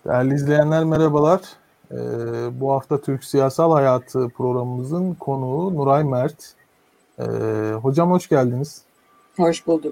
Değerli izleyenler merhabalar. Bu hafta Türk Siyasal Hayatı programımızın konuğu Nuray Mert. Hocam hoş geldiniz. Hoş bulduk.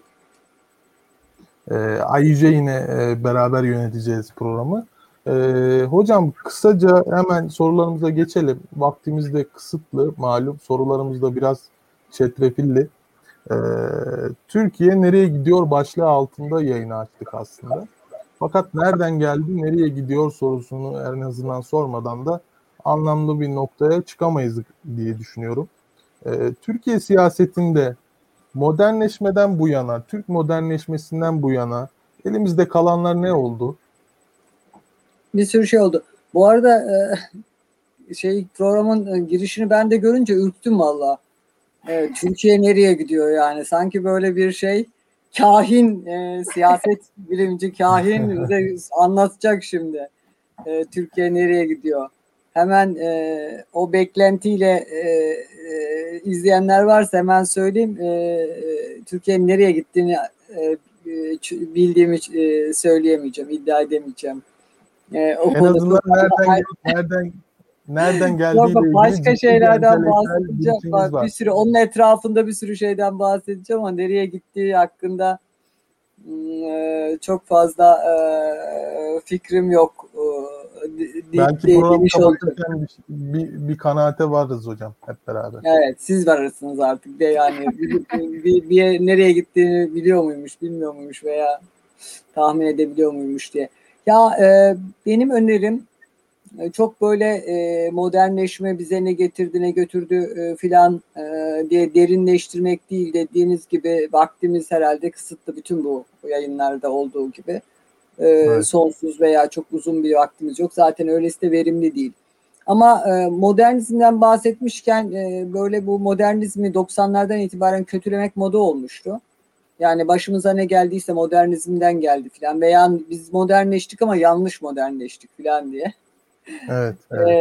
Ayrıca yine beraber yöneteceğiz programı. Hocam kısaca hemen sorularımıza geçelim. Vaktimiz de kısıtlı malum. Sorularımız da biraz çetrefilli. Türkiye nereye gidiyor başlığı altında yayını açtık aslında. Fakat nereden geldi, nereye gidiyor sorusunu en azından sormadan da anlamlı bir noktaya çıkamayız diye düşünüyorum. Türkiye siyasetinde modernleşmeden bu yana, Türk modernleşmesinden bu yana elimizde kalanlar ne oldu? Bir sürü şey oldu. Bu arada programın girişini ben de görünce ürktüm valla. Türkiye nereye gidiyor yani? Sanki böyle bir kahin, siyaset bilimci kahin bize anlatacak şimdi. Türkiye nereye gidiyor? Hemen o beklentiyle izleyenler varsa hemen söyleyeyim. Türkiye'nin nereye gittiğini bildiğimi söyleyemeyeceğim, iddia edemeyeceğim. En azından nereden geldiğiyle ilgili başka şeylerden bahsedeceğim. var. Bir sürü onun etrafında bir sürü şeyden bahsedeceğim ama nereye gittiği hakkında çok fazla fikrim yok. Belki programı kapatırken bir kanaate varız hocam hep beraber. Evet, siz varırsınız artık de yani bir nereye gittiğini biliyor muymuş, bilmiyor muymuş veya tahmin edebiliyor muymuş diye. Benim önerim çok böyle modernleşme bize ne getirdi ne götürdü filan diye derinleştirmek değil, dediğiniz gibi vaktimiz herhalde kısıtlı, bütün bu yayınlarda olduğu gibi. Evet. Sonsuz veya çok uzun bir vaktimiz yok. Zaten öylesi de verimli değil. Ama modernizmden bahsetmişken böyle bu modernizmi 90'lardan itibaren kötülemek moda olmuştu. Yani başımıza ne geldiyse modernizmden geldi filan veya biz modernleştik ama yanlış modernleştik filan diye. Evet.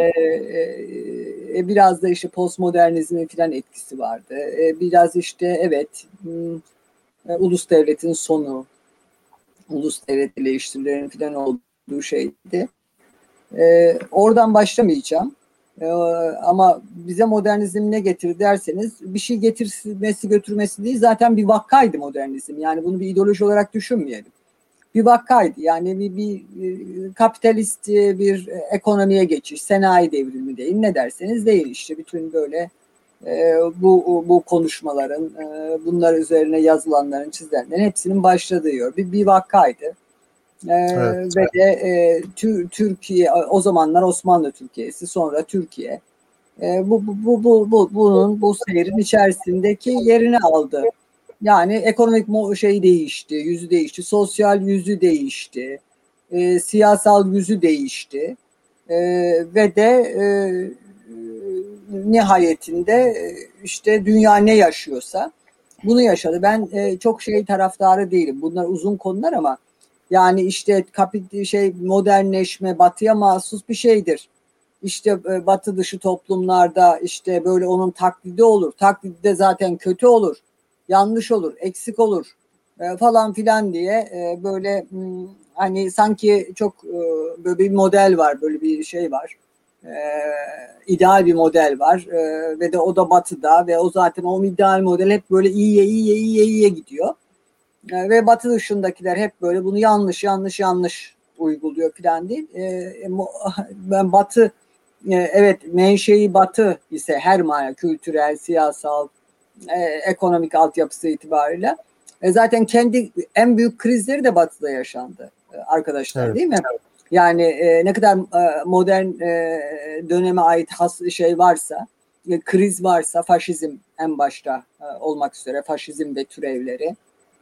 Biraz da işte postmodernizmin filan etkisi vardı. Biraz işte ulus devletin sonu, ulus devlet eleştirilerinin filan olduğu şeydi. Oradan başlamayacağım. Ama bize modernizm ne getirdi derseniz, bir şey getirmesi götürmesi değil, zaten bir vakaydı modernizm. Yani bunu bir ideoloji olarak düşünmeyelim. Bir vakaydı. Yani bir kapitalist bir ekonomiye geçiş, sanayi devrimi değil, ne derseniz değil, işte bütün böyle bu konuşmaların, bunlar üzerine yazılanların, çizilenlerin hepsinin başladığı yer. Bir vakaydı. Evet. Ve de Türkiye, o zamanlar Osmanlı Türkiye'si, sonra Türkiye bu seyrin içerisindeki yerini aldı. Yani ekonomik değişti, yüzü değişti, sosyal yüzü değişti, siyasal yüzü değişti ve de nihayetinde işte dünya ne yaşıyorsa bunu yaşadı. Ben çok taraftarı değilim. Bunlar uzun konular ama yani işte modernleşme batıya mahsus bir şeydir. İşte batı dışı toplumlarda işte böyle onun taklidi olur. Taklidi de zaten kötü olur, yanlış olur, eksik olur falan filan diye böyle hani sanki çok böyle bir model var, böyle bir şey var. İdeal bir model var ve de o da batıda ve o zaten o ideal model hep böyle iyiye gidiyor. Ve batı dışındakiler hep böyle bunu yanlış uyguluyor falan değil. Ben batı evet menşei batı ise her mana kültürel, siyasal, ekonomik altyapısı itibariyle zaten kendi en büyük krizleri de batıda yaşandı arkadaşlar, evet. Değil mi? Yani ne kadar modern döneme ait varsa, kriz varsa, faşizm en başta olmak üzere, faşizm ve türevleri,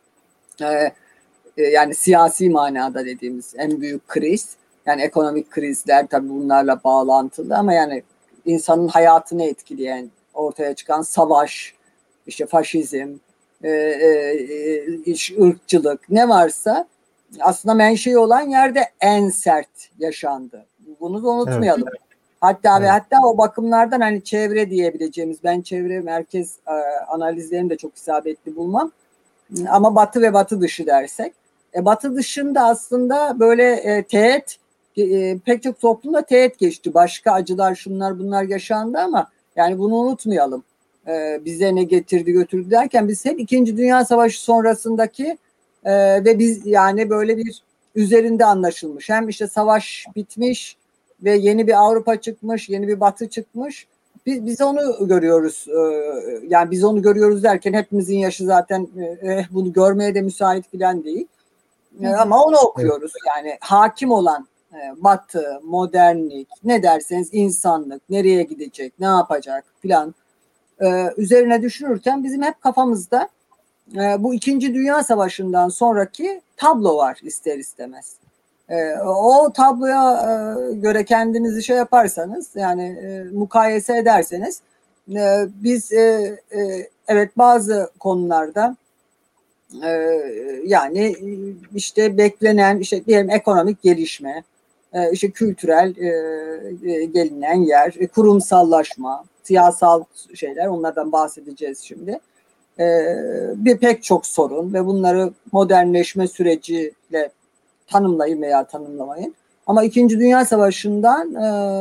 yani siyasi manada dediğimiz en büyük kriz, yani ekonomik krizler tabii bunlarla bağlantılı ama yani insanın hayatını etkileyen, ortaya çıkan savaş, işte faşizm, ırkçılık ne varsa aslında menşei olan yerde en sert yaşandı. Bunu da unutmayalım. Evet. Hatta o bakımlardan hani çevre diyebileceğimiz, ben çevre merkez analizlerini de çok isabetli bulmam. Ama batı ve batı dışı dersek. Batı dışında aslında böyle teğet pek çok toplumda teğet geçti. Başka acılar, şunlar bunlar yaşandı ama yani bunu unutmayalım. Bize ne getirdi götürdü derken biz hep İkinci Dünya Savaşı sonrasındaki ve biz yani böyle bir üzerinde anlaşılmış. Hem işte savaş bitmiş ve yeni bir Avrupa çıkmış, yeni bir Batı çıkmış. Biz onu görüyoruz. Yani biz onu görüyoruz derken hepimizin yaşı zaten bunu görmeye de müsait filan değil. Ama onu okuyoruz. Yani hakim olan Batı, modernlik, ne derseniz insanlık, nereye gidecek, ne yapacak filan üzerine düşünürken bizim hep kafamızda bu İkinci Dünya Savaşı'ndan sonraki tablo var ister istemez. O tabloya göre kendinizi şey yaparsanız yani mukayese ederseniz biz evet bazı konularda yani işte beklenen işte diyelim ekonomik gelişme, işte kültürel gelinen yer, kurumsallaşma, siyasal şeyler onlardan bahsedeceğiz şimdi. Bir pek çok sorun ve bunları modernleşme süreciyle tanımlayın veya tanımlamayın. Ama İkinci Dünya Savaşı'ndan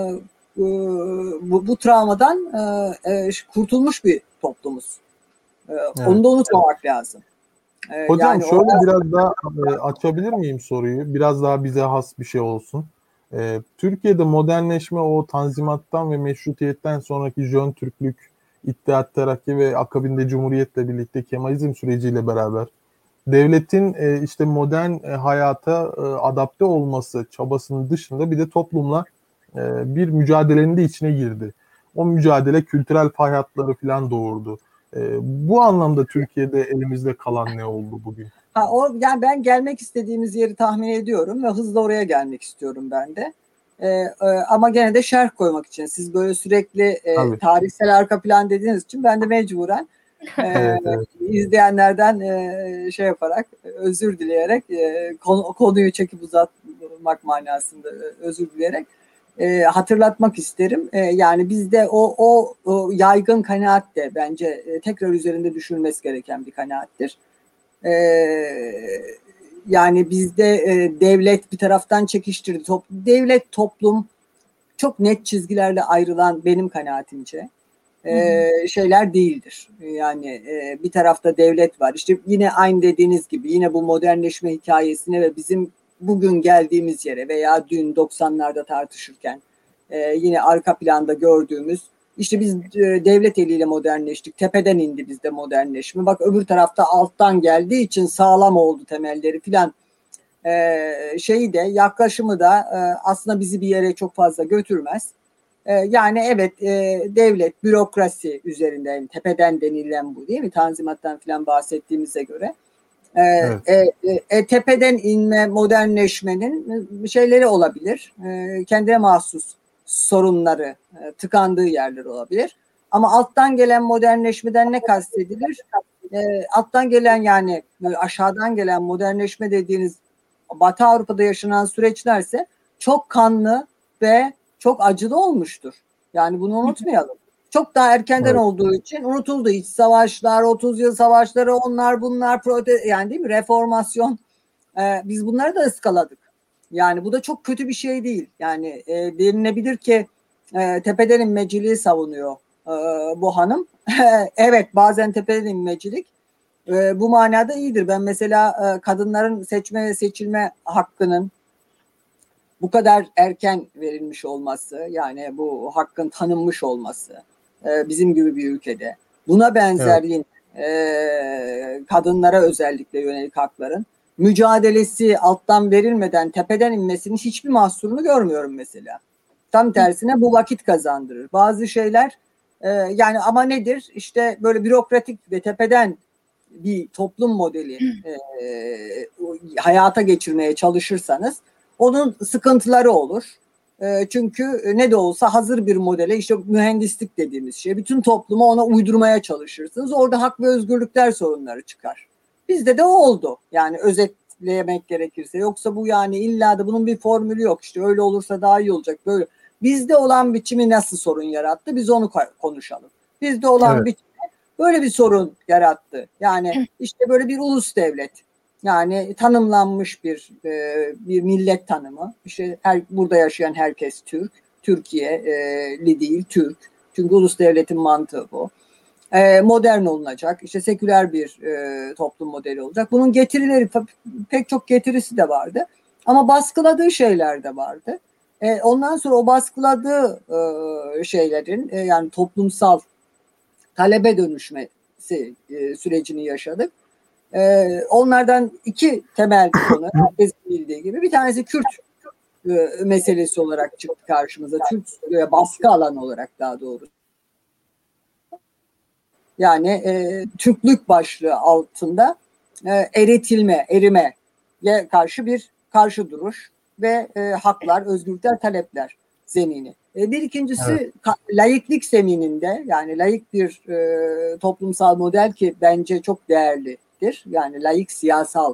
bu travmadan kurtulmuş bir toplumuz. Evet. Onu da unutmamak lazım. Hocam Yani şöyle biraz daha açabilir miyim soruyu? Biraz daha bize has bir şey olsun. Türkiye'de modernleşme o Tanzimat'tan ve Meşrutiyet'ten sonraki Jön Türklük, İttihat Terakki ve akabinde Cumhuriyet'le birlikte Kemalizm süreciyle beraber devletin işte modern hayata adapte olması çabasının dışında bir de toplumla bir mücadelenin de içine girdi. O mücadele kültürel fay hatları falan doğurdu. Bu anlamda Türkiye'de elimizde kalan ne oldu bugün? Yani ben gelmek istediğimiz yeri tahmin ediyorum ve hızla oraya gelmek istiyorum ben de. Ama gene de şerh koymak için siz böyle sürekli tarihsel arka plan dediğiniz için ben de mecburen Evet, evet. izleyenlerden şey yaparak özür dileyerek konuyu çekip uzatmak manasında özür dileyerek hatırlatmak isterim. Yani bizde o yaygın kanaat de bence tekrar üzerinde düşünülmesi gereken bir kanaattir. Yani bizde devlet bir taraftan çekiştirdi. Devlet toplum çok net çizgilerle ayrılan benim kanaatimce şeyler değildir. Yani bir tarafta devlet var. İşte yine aynı dediğiniz gibi yine bu modernleşme hikayesine ve bizim bugün geldiğimiz yere veya dün 90'larda tartışırken yine arka planda gördüğümüz işte biz devlet eliyle modernleştik. Tepeden indi bizde modernleşme. Bak öbür tarafta alttan geldiği için sağlam oldu temelleri filan. Şeyi de yaklaşımı da aslında bizi bir yere çok fazla götürmez. Yani evet devlet, bürokrasi üzerinde yani tepeden denilen bu değil mi? Tanzimattan filan bahsettiğimize göre. Tepeden inme, modernleşmenin şeyleri olabilir. Kendine mahsus sorunları, tıkandığı yerler olabilir. Ama alttan gelen modernleşmeden ne kastedilir? Alttan gelen yani aşağıdan gelen modernleşme dediğiniz Batı Avrupa'da yaşanan süreçlerse çok kanlı ve çok acılı olmuştur. Yani bunu unutmayalım. Çok daha erkenden olduğu için unutuldu. İç savaşlar, 30 yıl savaşları, onlar bunlar yani değil mi? Reformasyon. Biz bunları da ıskaladık. Yani bu da çok kötü bir şey değil. Yani denilebilir ki tepeden inmeciliği savunuyor bu hanım. Evet bazen tepeden inmecilik bu manada iyidir. Ben mesela kadınların seçme ve seçilme hakkının bu kadar erken verilmiş olması, yani bu hakkın tanınmış olması bizim gibi bir ülkede. Buna benzer yine kadınlara özellikle yönelik hakların mücadelesi alttan verilmeden tepeden inmesinin hiçbir mahsurunu görmüyorum mesela. Tam tersine bu vakit kazandırır. Bazı şeyler yani ama nedir? İşte böyle bürokratik ve tepeden bir toplum modeli hayata geçirmeye çalışırsanız onun sıkıntıları olur. Çünkü ne de olsa hazır bir modele işte mühendislik dediğimiz şey bütün toplumu ona uydurmaya çalışırsınız. Orada hak ve özgürlükler sorunları çıkar. Bizde de o oldu. Yani özetlemek gerekirse. Yoksa bu yani illa da bunun bir formülü yok. İşte öyle olursa daha iyi olacak. Böyle. Bizde olan biçimi nasıl sorun yarattı? Biz onu konuşalım. Bizde olan biçimi böyle bir sorun yarattı. Yani işte böyle bir ulus devlet. Yani tanımlanmış bir millet tanımı. İşte burada yaşayan herkes Türk. Türkiye'li değil, Türk. Çünkü ulus devletin mantığı bu. Modern olunacak, işte seküler bir toplum modeli olacak. Bunun getirileri, pek çok getirisi de vardı. Ama baskıladığı şeyler de vardı. Ondan sonra o baskıladığı şeylerin yani toplumsal talebe dönüşmesi sürecini yaşadık. Onlardan iki temel konu, herkesin bildiği gibi. Bir tanesi Kürt meselesi olarak çıktı karşımıza. Kürt baskı alanı olarak daha doğrusu. Yani Türklük başlığı altında erimeye karşı duruş ve haklar, özgürlükler, talepler zemini. Bir ikincisi evet. Laiklik zemininde, yani laik bir toplumsal model ki bence çok değerlidir. Yani laik siyasal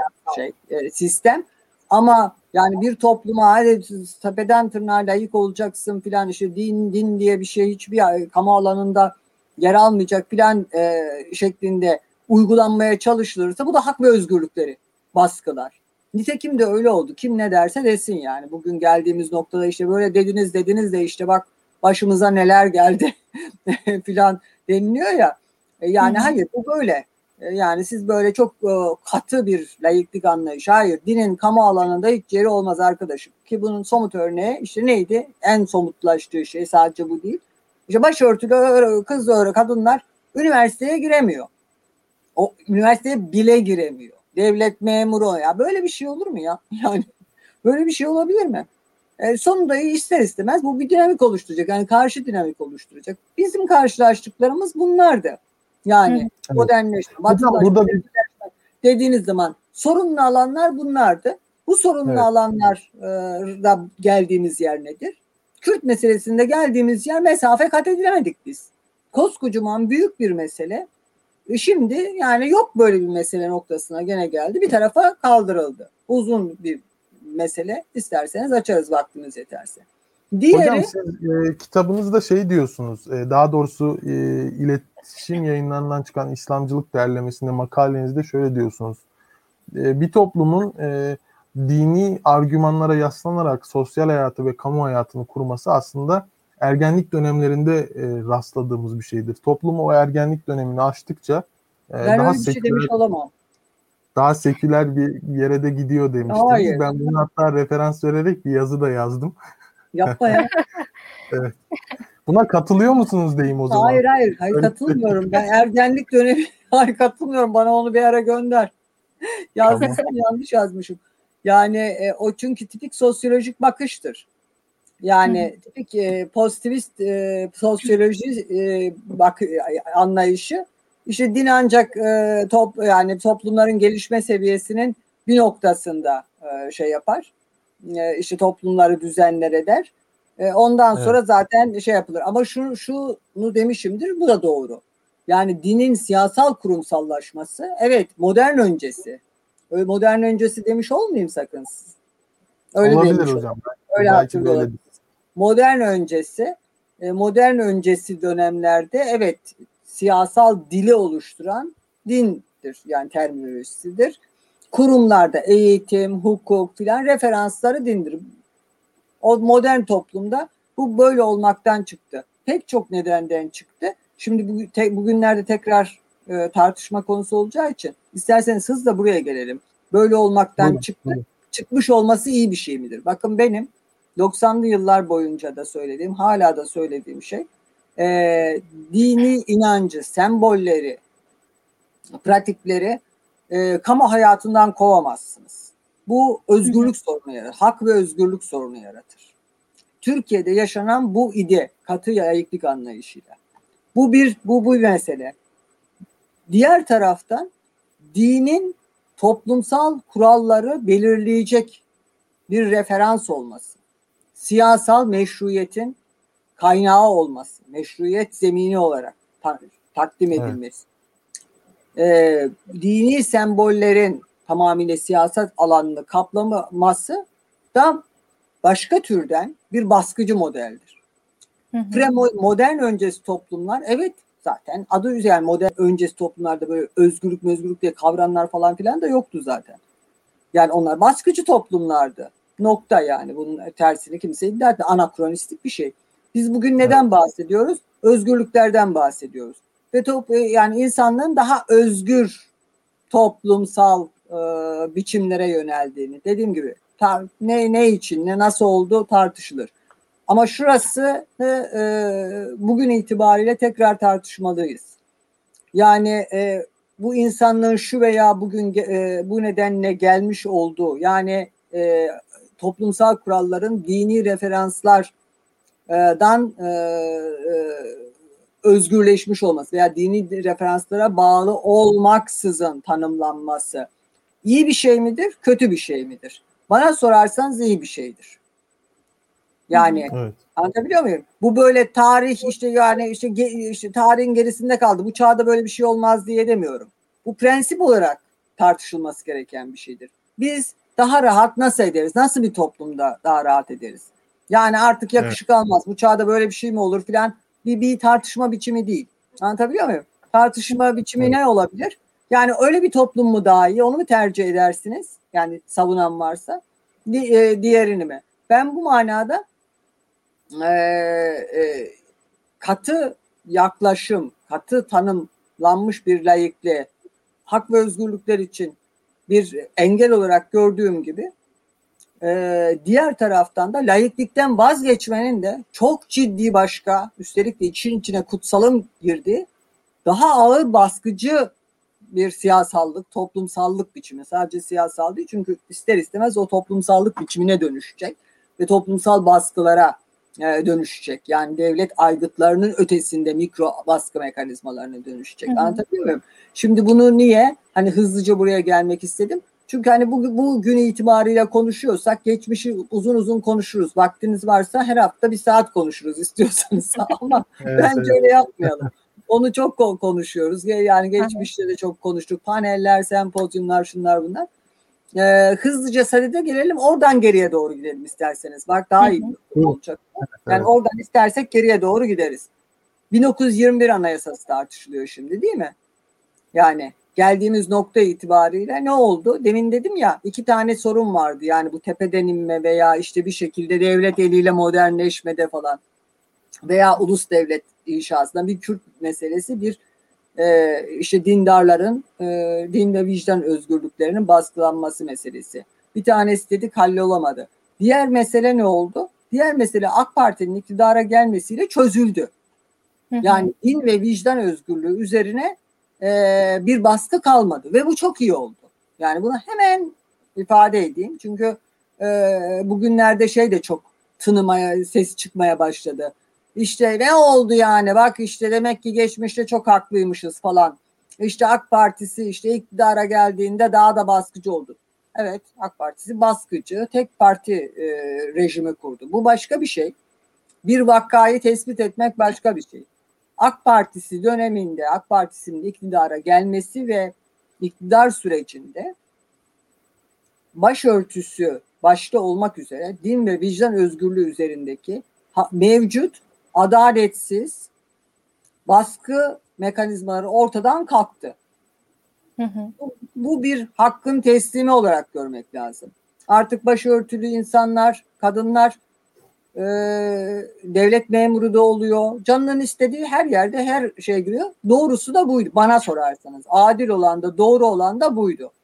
sistem. Ama yani bir topluma hadi tepeden tırnağa laik olacaksın filan, işte din diye bir şey hiçbir kamu alanında yer almayacak filan şeklinde uygulanmaya çalışılırsa bu da hak ve özgürlükleri baskılar. Nitekim de öyle oldu. Kim ne derse desin yani. Bugün geldiğimiz noktada işte böyle dediniz de işte bak başımıza neler geldi filan deniliyor ya. Yani hayır, bu böyle. Yani siz böyle çok katı bir laiklik anlayışı. Hayır, dinin kamu alanında hiç yeri olmaz arkadaşım. Ki bunun somut örneği işte neydi? En somutlaştığı şey sadece bu değil. İşte başörtülü kız kadınlar üniversiteye giremiyor. O üniversiteye bile giremiyor. Devlet memuru ya, böyle bir şey olur mu ya? Yani böyle bir şey olabilir mi? Sonunda ister istemez bu bir dinamik oluşturacak. Yani karşı dinamik oluşturacak. Bizim karşılaştıklarımız bunlardı. Yani modernleşme, batılaşma dediğiniz zaman sorunlu alanlar bunlardı. Bu sorunlu alanlarda geldiğimiz yer nedir? Kürt meselesinde geldiğimiz yer mesafe kat edilemedik biz. Koskocaman büyük bir mesele. Şimdi yani yok böyle bir mesele noktasına gene geldi. Bir tarafa kaldırıldı. Uzun bir mesele. İsterseniz açarız vaktiniz yeterse. Diğeri, hocam siz kitabınızda şey diyorsunuz. Daha doğrusu iletişim yayınlarından çıkan İslamcılık derlemesinde makalenizde şöyle diyorsunuz. Bir toplumun dini argümanlara yaslanarak sosyal hayatı ve kamu hayatını kurması aslında ergenlik dönemlerinde rastladığımız bir şeydir. Toplum o ergenlik dönemini aştıkça ben daha öyle bir şey demiş olamam. Daha seküler bir yere de gidiyor demiştiniz. Hayır. Ben bunu hatta referans vererek bir yazı da yazdım. Yapma ya. Evet. Buna katılıyor musunuz diyeyim o zaman? Hayır katılmıyorum. Ben ergenlik dönemi katılmıyorum. Bana onu bir ara gönder. Yazdıysam tamam. Yanlış yazmışım. Yani o çünkü tipik sosyolojik bakıştır. Yani tipik pozitivist sosyoloji anlayışı. İşte din ancak yani toplumların gelişme seviyesinin bir noktasında şey yapar. İşte toplumları düzenler eder. Ondan sonra zaten şey yapılır. Ama şunu demişimdir, bu da doğru. Yani dinin siyasal kurumsallaşması, evet, modern öncesi. Öyle modern öncesi demiş olmayayım sakın siz. Öyle olabilir hocam. Öyle hatırlıyorum. Modern öncesi dönemlerde evet siyasal dili oluşturan dindir. Yani terminolojisidir. Kurumlarda eğitim, hukuk filan referansları dindir. O modern toplumda bu böyle olmaktan çıktı. Pek çok nedenden çıktı. Şimdi bugünlerde tekrar tartışma konusu olacağı için isterseniz hızla buraya gelelim. Böyle olmaktan çıktı. Çıkmış olması iyi bir şey midir? Bakın benim 90'lı yıllar boyunca da söylediğim, hala da söylediğim şey dini inancı, sembolleri, pratikleri kamu hayatından kovamazsınız. Bu özgürlük sorunu yaratır. Hak ve özgürlük sorunu yaratır. Türkiye'de yaşanan bu katı laiklik anlayışıyla. Bu bir mesele. Diğer taraftan dinin toplumsal kuralları belirleyecek bir referans olması, siyasal meşruiyetin kaynağı olması, meşruiyet zemini olarak takdim edilmesi, dini sembollerin tamamıyla siyaset alanını kaplaması da başka türden bir baskıcı modeldir. Modern öncesi toplumlar evet zaten. Adı yani modern öncesi toplumlarda böyle özgürlük diye kavramlar falan filan da yoktu zaten. Yani onlar baskıcı toplumlardı. Nokta yani. Bunun tersini kimse iddia etmiyor. Anakronistik bir şey. Biz bugün neden bahsediyoruz? Özgürlüklerden bahsediyoruz. Ve yani insanlığın daha özgür toplumsal biçimlere yöneldiğini. Dediğim gibi ne için, ne nasıl olduğu tartışılır. Ama şurası bugün itibariyle tekrar tartışmalıyız. Yani bu insanlığın şu veya bugün bu nedenle gelmiş olduğu, yani toplumsal kuralların dini referanslardan özgürleşmiş olması veya dini referanslara bağlı olmaksızın tanımlanması iyi bir şey midir, kötü bir şey midir? Bana sorarsanız iyi bir şeydir. Yani evet. Anlatabiliyor muyum? Bu böyle tarih işte yani işte tarihin gerisinde kaldı. Bu çağda böyle bir şey olmaz diye demiyorum. Bu prensip olarak tartışılması gereken bir şeydir. Biz daha rahat nasıl ederiz? Nasıl bir toplumda daha rahat ederiz? Yani artık yakışık almaz. Bu çağda böyle bir şey mi olur filan bir tartışma biçimi değil. Anlatabiliyor muyum? Tartışma biçimi ne olabilir? Yani öyle bir toplum mu daha iyi? Onu mu tercih edersiniz? Yani savunan varsa. Diğerini mi? Ben bu manada katı yaklaşım, katı tanımlanmış bir laikliğe hak ve özgürlükler için bir engel olarak gördüğüm gibi diğer taraftan da laiklikten vazgeçmenin de çok ciddi başka, üstelik de için içine kutsalın girdiği daha ağır baskıcı bir siyasallık, toplumsallık biçimi. Sadece siyasal değil, çünkü ister istemez o toplumsallık biçimine dönüşecek ve toplumsal baskılara dönüşecek. Yani devlet aygıtlarının ötesinde mikro baskı mekanizmalarına dönüşecek. Anlatabiliyor muyum? Şimdi bunu niye hani hızlıca buraya gelmek istedim? Çünkü hani bu gün itibariyle konuşuyorsak geçmişi uzun uzun konuşuruz. Vaktiniz varsa her hafta bir saat konuşuruz istiyorsanız ama bence öyle yapmayalım. Onu çok konuşuyoruz. Yani geçmişte de çok konuştuk. Paneller, sempozyumlar, şunlar bunlar. Hızlıca sadede gelelim. Oradan geriye doğru gidelim isterseniz. Bak daha iyi olacak. Yani oradan istersek geriye doğru gideriz. 1921 Anayasası tartışılıyor şimdi, değil mi? Yani geldiğimiz nokta itibariyle ne oldu? Demin dedim ya, 2 tane sorun vardı. Yani bu tepeden inme veya işte bir şekilde devlet eliyle modernleşmede falan veya ulus devlet inşasında bir Kürt meselesi, bir işte dindarların din ve vicdan özgürlüklerinin baskılanması meselesi. Bir tanesi dedik hallolamadı. Diğer mesele ne oldu? Diğer mesele AK Parti'nin iktidara gelmesiyle çözüldü. Yani din ve vicdan özgürlüğü üzerine bir baskı kalmadı ve bu çok iyi oldu. Yani bunu hemen ifade edeyim. Çünkü bugünlerde şey de çok tınımaya, ses çıkmaya başladı. İşte ne oldu yani, bak işte demek ki geçmişte çok haklıymışız falan. İşte AK Partisi işte iktidara geldiğinde daha da baskıcı oldu. Evet, AK Partisi baskıcı, tek parti rejimi kurdu. Bu başka bir şey. Bir vakayı tespit etmek başka bir şey. AK Partisi döneminde, AK Partisi'nin iktidara gelmesi ve iktidar sürecinde başörtüsü başta olmak üzere din ve vicdan özgürlüğü üzerindeki mevcut adaletsiz baskı mekanizmaları ortadan kalktı. Bu bir hakkın teslimi olarak görmek lazım. Artık başörtülü insanlar, kadınlar devlet memuru da oluyor. Canının istediği her yerde her şey giriyor. Doğrusu da buydu bana sorarsanız. Adil olan da doğru olan da buydu.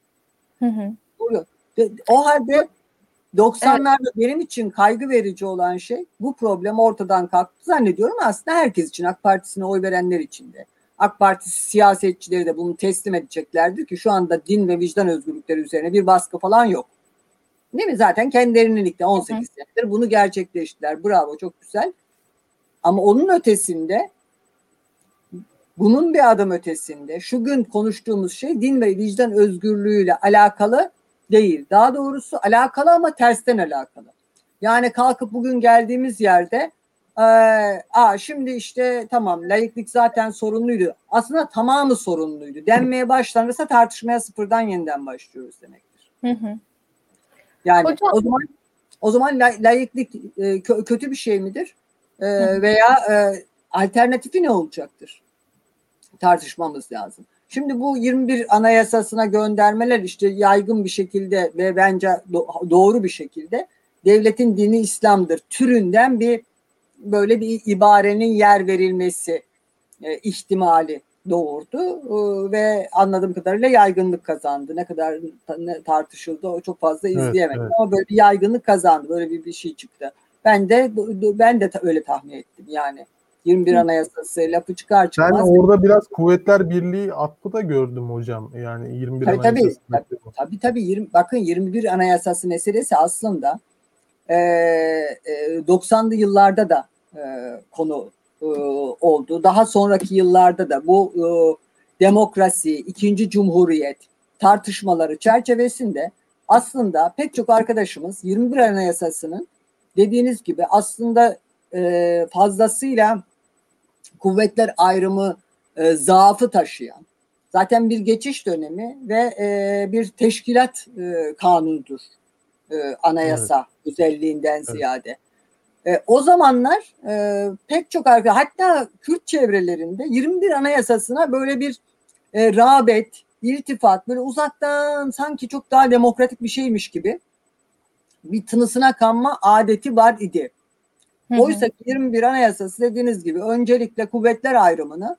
O halde 90'larda benim için kaygı verici olan şey, bu problem ortadan kalktı zannediyorum, aslında herkes için, AK Partisi'ne oy verenler için de. AK Partisi siyasetçileri de bunu teslim edeceklerdir ki şu anda din ve vicdan özgürlükleri üzerine bir baskı falan yok. Değil mi? Zaten kendilerinin ligde 18 senedir bunu gerçekleştirdiler. Bravo, çok güzel. Ama onun ötesinde, bunun bir adım ötesinde şu gün konuştuğumuz şey din ve vicdan özgürlüğüyle alakalı değil. Daha doğrusu alakalı ama tersten alakalı. Yani kalkıp bugün geldiğimiz yerde şimdi işte tamam, laiklik zaten sorunluydu. Aslında tamamı sorunluydu denmeye başlanırsa tartışmaya sıfırdan yeniden başlıyoruz demektir. Yani hocam, o zaman laiklik kötü bir şey midir? Veya alternatifi ne olacaktır? tartışmamız lazım. Şimdi bu 21 Anayasasına göndermeler işte yaygın bir şekilde ve bence doğru bir şekilde devletin dini İslam'dır türünden bir böyle bir ibarenin yer verilmesi ihtimali doğurdu ve anladığım kadarıyla yaygınlık kazandı. Ne kadar tartışıldı o çok fazla izleyemedim evet. ama böyle bir yaygınlık kazandı. Böyle bir şey çıktı. Ben de öyle tahmin ettim yani. 21 Anayasası lafı çıkar Ben çıkmaz. orada biraz Kuvvetler Birliği affı da gördüm hocam. Yani 21 Tabii tabii. Anayasası'ndaki Tabii bakın 21 Anayasası meselesi aslında 90'lı yıllarda da konu oldu. Daha sonraki yıllarda da bu demokrasi, ikinci cumhuriyet tartışmaları çerçevesinde aslında pek çok arkadaşımız 21 Anayasası'nın dediğiniz gibi aslında fazlasıyla kuvvetler ayrımı zaafı taşıyan zaten bir geçiş dönemi ve bir teşkilat kanunudur anayasa özelliğinden evet. ziyade. O zamanlar pek çok arkadaş hatta Kürt çevrelerinde 21 Anayasası'na böyle bir rağbet, iltifat böyle uzaktan sanki çok daha demokratik bir şeymiş gibi bir tınısına kanma adeti var idi. Oysa ki 21 Anayasası dediğiniz gibi öncelikle kuvvetler ayrımını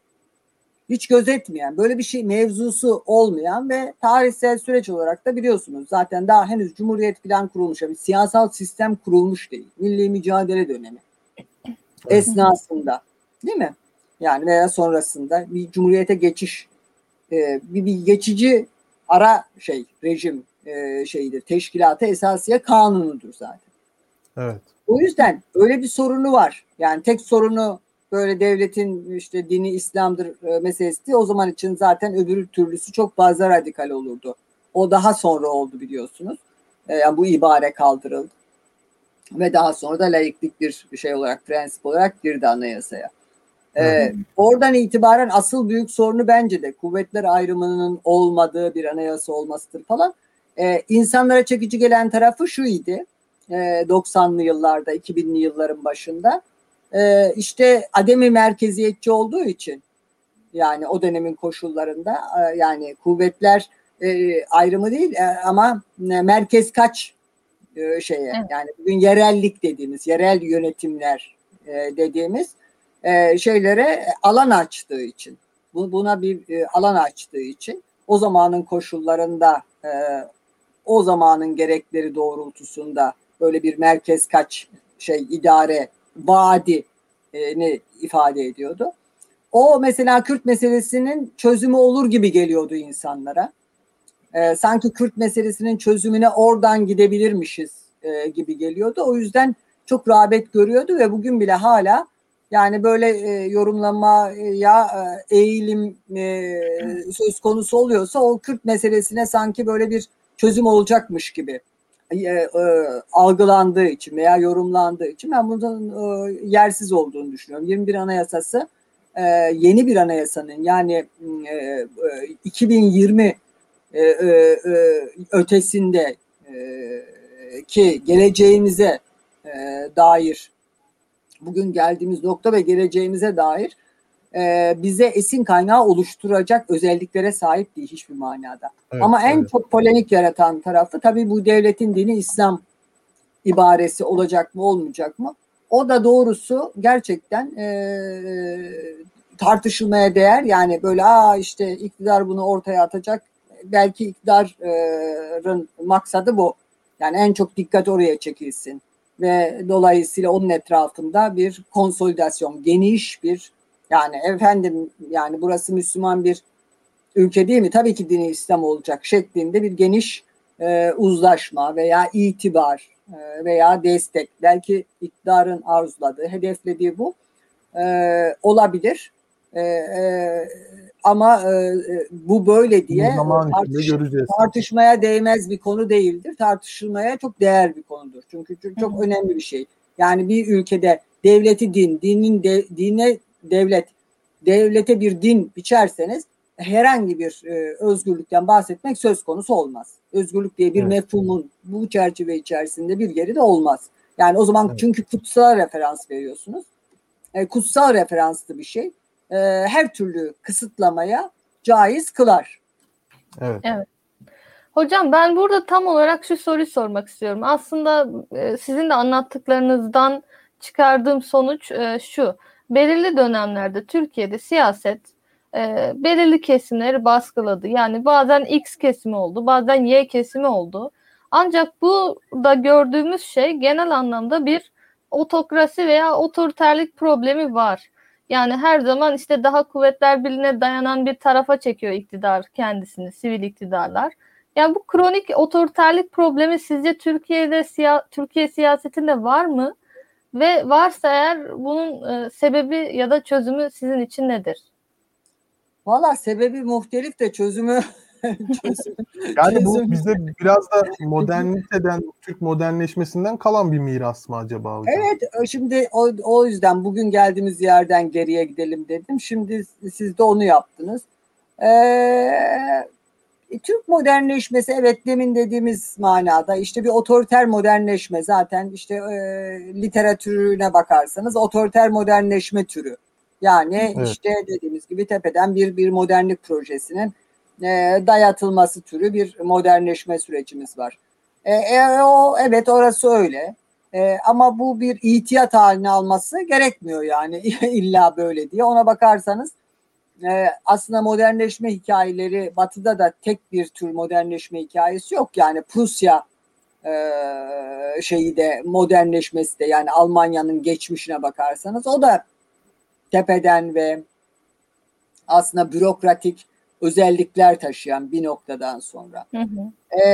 hiç gözetmeyen, böyle bir şey mevzusu olmayan ve tarihsel süreç olarak da biliyorsunuz zaten daha henüz Cumhuriyet falan kurulmuş, bir siyasal sistem kurulmuş değil. Milli mücadele dönemi esnasında değil mi? Yani veya sonrasında bir Cumhuriyete geçiş, bir geçici ara rejim şeyidir. Teşkilat-ı Esasiye Kanunu'dur zaten. Evet. O yüzden öyle bir sorunu var. Yani tek sorunu böyle devletin işte dini İslam'dır meselesi değil. O zaman için zaten öbür türlüsü çok fazla radikal olurdu. O daha sonra oldu biliyorsunuz. Yani bu ibare kaldırıldı. Ve daha sonra da laiklik bir şey olarak, prensip olarak girdi anayasaya. Oradan itibaren asıl büyük sorunu bence de kuvvetler ayrımının olmadığı bir anayasa olmasıdır falan. İnsanlara çekici gelen tarafı şu idi. 90'lı yıllarda, 2000'li yılların başında işte ademi merkeziyetçi olduğu için yani o dönemin koşullarında yani kuvvetler ayrımı değil ama merkez kaç yani bugün yerellik dediğimiz, yerel yönetimler dediğimiz şeylere alan açtığı için, buna bir alan açtığı için o zamanın koşullarında o zamanın gerekleri doğrultusunda böyle bir merkez kaç idare vaadi ne ifade ediyordu. O mesela Kürt meselesinin çözümü olur gibi geliyordu insanlara. Sanki Kürt meselesinin çözümüne oradan gidebilirmişiz gibi geliyordu. O yüzden çok rağbet görüyordu ve bugün bile hala yani böyle yorumlamaya eğilim söz konusu oluyorsa o Kürt meselesine sanki böyle bir çözüm olacakmış gibi algılandığı için veya yorumlandığı için ben bunun yersiz olduğunu düşünüyorum. 21 Anayasası yeni bir anayasanın yani 2020 ötesinde ki geleceğimize dair bugün geldiğimiz nokta ve geleceğimize dair bize esin kaynağı oluşturacak özelliklere sahip değil hiçbir manada. Ama en çok polemik yaratan tarafı tabii bu devletin dini İslam ibaresi olacak mı olmayacak mı? O da doğrusu gerçekten tartışılmaya değer. Yani böyle işte iktidar bunu ortaya atacak. Belki iktidarın maksadı bu. Yani en çok dikkat oraya çekilsin. Ve dolayısıyla onun etrafında bir konsolidasyon, geniş bir yani efendim yani burası Müslüman bir ülke değil mi? Tabii ki dini İslam olacak şeklinde bir geniş uzlaşma veya itibar veya destek. Belki iktidarın arzuladığı, hedeflediği bu olabilir. Ama bu böyle diye zaman içinde göreceğiz. tartışmaya değmez bir konu değildir. Tartışılmaya çok değer bir konudur. Çünkü çok önemli bir şey. Yani bir ülkede devleti dine devlet, devlete bir din biçerseniz herhangi bir özgürlükten bahsetmek söz konusu olmaz. Özgürlük diye bir mefhumun bu çerçeve içerisinde bir yeri de olmaz. Yani o zaman çünkü kutsal referans veriyorsunuz. Kutsal referanslı bir şey. her türlü kısıtlamaya caiz kılar. Evet. Evet. Hocam ben burada tam olarak şu soruyu sormak istiyorum. Aslında sizin de anlattıklarınızdan çıkardığım sonuç şu. Belirli dönemlerde Türkiye'de siyaset belirli kesimleri baskıladı. Yani bazen X kesimi oldu, bazen Y kesimi oldu. Ancak bu da gördüğümüz şey genel anlamda bir otokrasi veya otoriterlik problemi var. Yani her zaman işte daha kuvvetler birliğine dayanan bir tarafa çekiyor iktidar kendisini, sivil iktidarlar. Yani bu kronik otoriterlik problemi sizce Türkiye'de Türkiye siyasetinde var mı? Ve varsa eğer bunun sebebi ya da çözümü sizin için nedir? Valla sebebi muhtelif de çözümü Yani bu çözüm. bize biraz da moderniteden, Türk modernleşmesinden kalan bir miras mı acaba hocam? Evet, şimdi o yüzden bugün geldiğimiz yerden geriye gidelim dedim. Şimdi siz de onu yaptınız. Türk modernleşmesi, evet, demin dediğimiz manada işte bir otoriter modernleşme, zaten işte literatürüne bakarsanız otoriter modernleşme türü. Yani Evet. işte dediğimiz gibi tepeden bir modernlik projesinin dayatılması türü bir modernleşme sürecimiz var. Evet, orası öyle. Ama bu bir ihtiyat haline alması gerekmiyor yani illa böyle diye. Ona bakarsanız aslında modernleşme hikayeleri Batı'da da tek bir tür modernleşme hikayesi yok. Yani Prusya şeyi de modernleşmesi de, yani Almanya'nın geçmişine bakarsanız o da tepeden ve aslında bürokratik özellikler taşıyan bir noktadan sonra. Hı hı.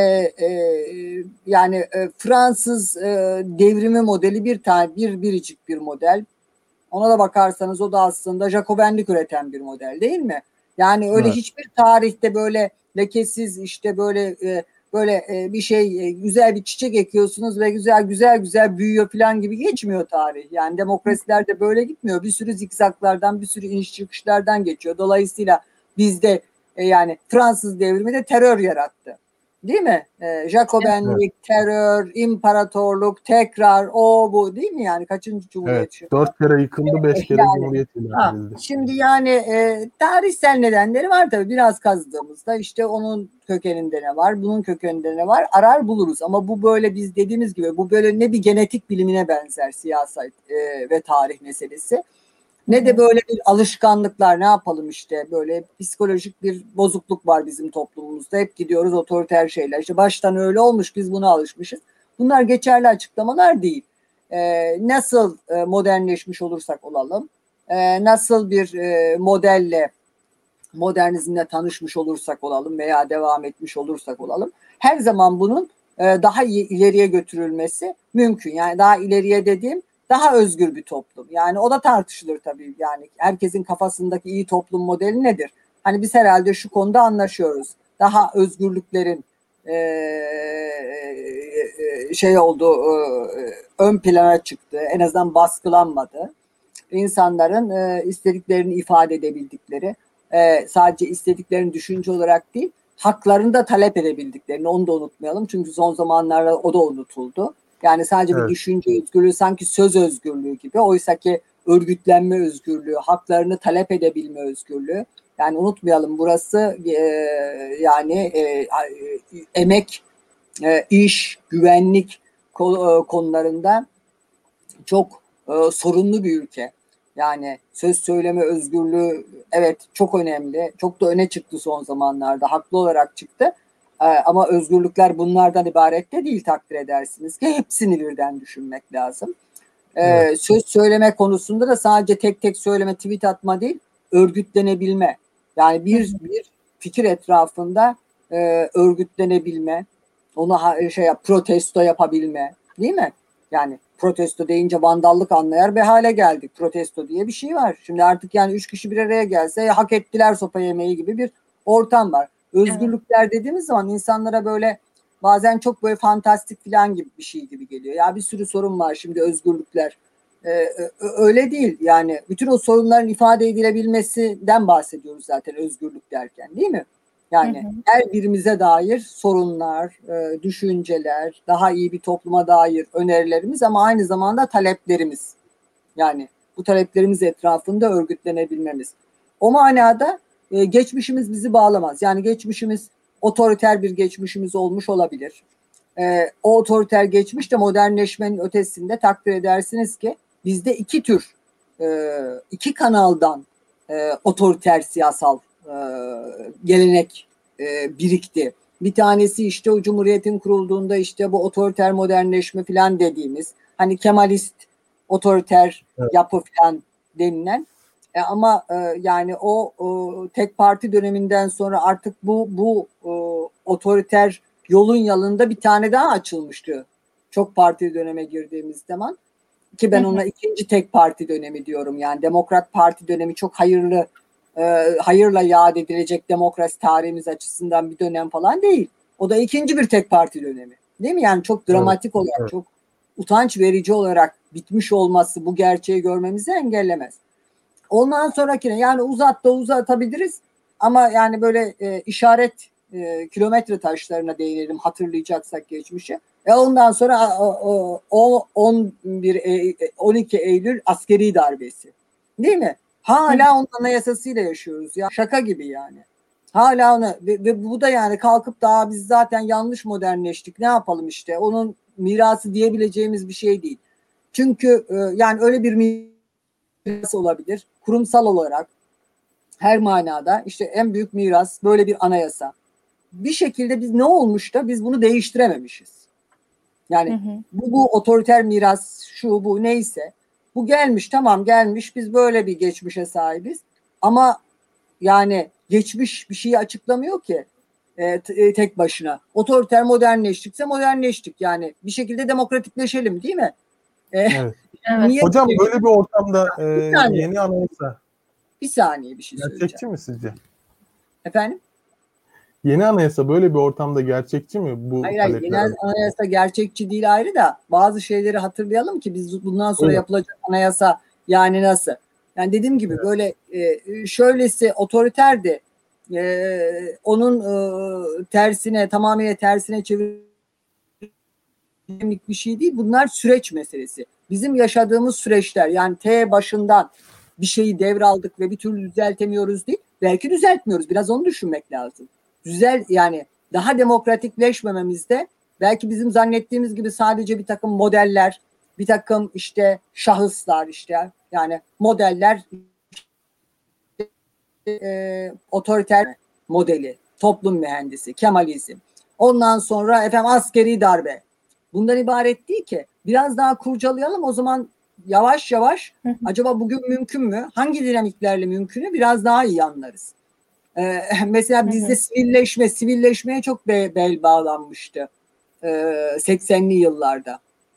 Yani Fransız devrimi modeli biricik bir model. Ona da bakarsanız o da aslında Jacobenlik üreten bir model, değil mi? Yani öyle Evet. hiçbir tarihte böyle lekesiz, işte böyle bir şey, güzel bir çiçek ekiyorsunuz ve güzel büyüyor falan gibi geçmiyor tarih. Yani demokrasiler de böyle gitmiyor. Bir sürü zikzaklardan, bir sürü iniş çıkışlardan geçiyor. Dolayısıyla bizde yani Fransız devrimi de terör yarattı. Değil mi? Jacobenlik, terör, imparatorluk, tekrar o bu, değil mi? Yani kaçıncı cumhuriyet Evet. şimdi? 4 kere yıkıldı, 5 kere Yani cumhuriyet ilan edildi. şimdi yani tarihsel nedenleri var tabii. Biraz kazdığımızda işte onun kökeninde ne var, bunun kökeninde ne var arar buluruz. Ama bu böyle, biz dediğimiz gibi bu böyle ne bir genetik bilimine benzer siyaset ve tarih meselesi. Ne de böyle bir alışkanlıklar, ne yapalım işte, böyle psikolojik bir bozukluk var bizim toplumumuzda. Hep gidiyoruz otoriter şeyler. İşte baştan öyle olmuş, biz buna alışmışız. Bunlar geçerli açıklamalar değil. Nasıl modernleşmiş olursak olalım, nasıl bir modelle, modernizmle tanışmış olursak olalım veya devam etmiş olursak olalım, her zaman bunun daha ileriye götürülmesi mümkün. Yani daha ileriye dediğim, daha özgür bir toplum. Yani o da tartışılır tabii. Yani herkesin kafasındaki iyi toplum modeli nedir? Hani biz herhalde şu konuda anlaşıyoruz. Daha özgürlüklerin şey oldu, ön plana çıktı. En azından baskılanmadı. İnsanların istediklerini ifade edebildikleri, sadece istediklerini düşünce olarak değil, haklarını da talep edebildiklerini, onu da unutmayalım. Çünkü son zamanlarda o da unutuldu. Yani sadece bir Evet. düşünce özgürlüğü, sanki söz özgürlüğü gibi. Oysa ki örgütlenme özgürlüğü, haklarını talep edebilme özgürlüğü. Yani unutmayalım, burası yani emek, iş, güvenlik konularında çok sorunlu bir ülke. Yani söz söyleme özgürlüğü, evet, çok önemli. Çok da öne çıktı son zamanlarda. Haklı olarak çıktı. Ama özgürlükler bunlardan ibaret de değil, takdir edersiniz ki. Hepsini birden düşünmek lazım. Evet. Söz söyleme konusunda da sadece tek tek söyleme, tweet atma değil, örgütlenebilme. Yani bir fikir etrafında örgütlenebilme, onu protesto yapabilme, değil mi? Yani protesto deyince vandallık anlayar bir hale geldik. Protesto diye bir şey var. Şimdi artık yani 3 kişi bir araya gelse hak ettiler sopa yemeği gibi bir ortam var. Özgürlükler dediğimiz zaman insanlara böyle bazen çok böyle fantastik falan gibi bir şey gibi geliyor. Ya bir sürü sorun var şimdi, özgürlükler. Öyle değil. Yani bütün o sorunların ifade edilebilmesinden bahsediyoruz zaten özgürlük derken, değil mi? Yani her birimize dair sorunlar, düşünceler, daha iyi bir topluma dair önerilerimiz ama aynı zamanda taleplerimiz. Yani bu taleplerimiz etrafında örgütlenebilmemiz. O manada geçmişimiz bizi bağlamaz. Yani geçmişimiz otoriter bir geçmişimiz olmuş olabilir. O otoriter geçmiş de modernleşmenin ötesinde takdir edersiniz ki bizde iki tür, iki kanaldan otoriter siyasal gelenek birikti. Bir tanesi işte o Cumhuriyet'in kurulduğunda işte bu otoriter modernleşme falan dediğimiz, hani Kemalist otoriter yapı falan denilen. Ama yani o tek parti döneminden sonra artık bu otoriter yolun yanında bir tane daha açılmıştı. Çok parti döneme girdiğimiz zaman. Ki ben ona ikinci tek parti dönemi diyorum. Yani Demokrat Parti dönemi çok hayırla yad edilecek demokrasi tarihimiz açısından bir dönem falan değil. O da ikinci bir tek parti dönemi. Değil mi? Yani çok dramatik olarak, çok utanç verici olarak bitmiş olması bu gerçeği görmemizi engellemez. Ondan sonrakine yani uzatabiliriz ama yani böyle işaret kilometre taşlarına değinelim hatırlayacaksak geçmişe. Ondan sonra 12 Eylül askeri darbesi. Değil mi? Hala onun anayasasıyla yaşıyoruz ya. Şaka gibi yani. Hala onu ve bu da yani kalkıp daha biz zaten yanlış modernleştik. Ne yapalım işte? Onun mirası diyebileceğimiz bir şey değil. Çünkü yani öyle bir miras olabilir. Kurumsal olarak her manada işte en büyük miras böyle bir anayasa. Bir şekilde biz ne olmuş da biz bunu değiştirememişiz. Yani bu otoriter miras şu bu neyse bu gelmiş, tamam gelmiş, biz böyle bir geçmişe sahibiz ama yani geçmiş bir şeyi açıklamıyor ki tek başına. Otoriter modernleştikse modernleştik, yani bir şekilde demokratikleşelim değil mi? Evet. Evet. Hocam böyle bir ortamda saniye. yeni anayasa Bir saniye bir şey gerçekçi söyleyeceğim. mi sizce? Efendim? Yeni anayasa böyle bir ortamda gerçekçi mi bu Hayır, talepler? yeni anayasa gerçekçi değil ayrı da bazı şeyleri hatırlayalım ki biz bundan sonra yapılacak anayasa yani nasıl? Yani dediğim gibi böyle şöylesi otoriterdi. Onun tersine, tamamıyla tersine çevirmek bir şey değil. Bunlar süreç meselesi. Bizim yaşadığımız süreçler, yani başından bir şeyi devraldık ve bir türlü düzeltemiyoruz değil. Belki düzeltmiyoruz. Biraz onu düşünmek lazım. Yani daha demokratikleşmememizde belki bizim zannettiğimiz gibi sadece bir takım modeller, bir takım işte şahıslar, işte yani modeller, otoriter modeli, toplum mühendisi, Kemalizm. Ondan sonra askeri darbe. Bundan ibaret değil ki. Biraz daha kurcalayalım o zaman, yavaş yavaş acaba bugün mümkün mü? Hangi dinamiklerle mümkünü biraz daha iyi anlarız. Mesela bizde sivilleşmeye çok bel bağlanmıştı 80'li yıllarda.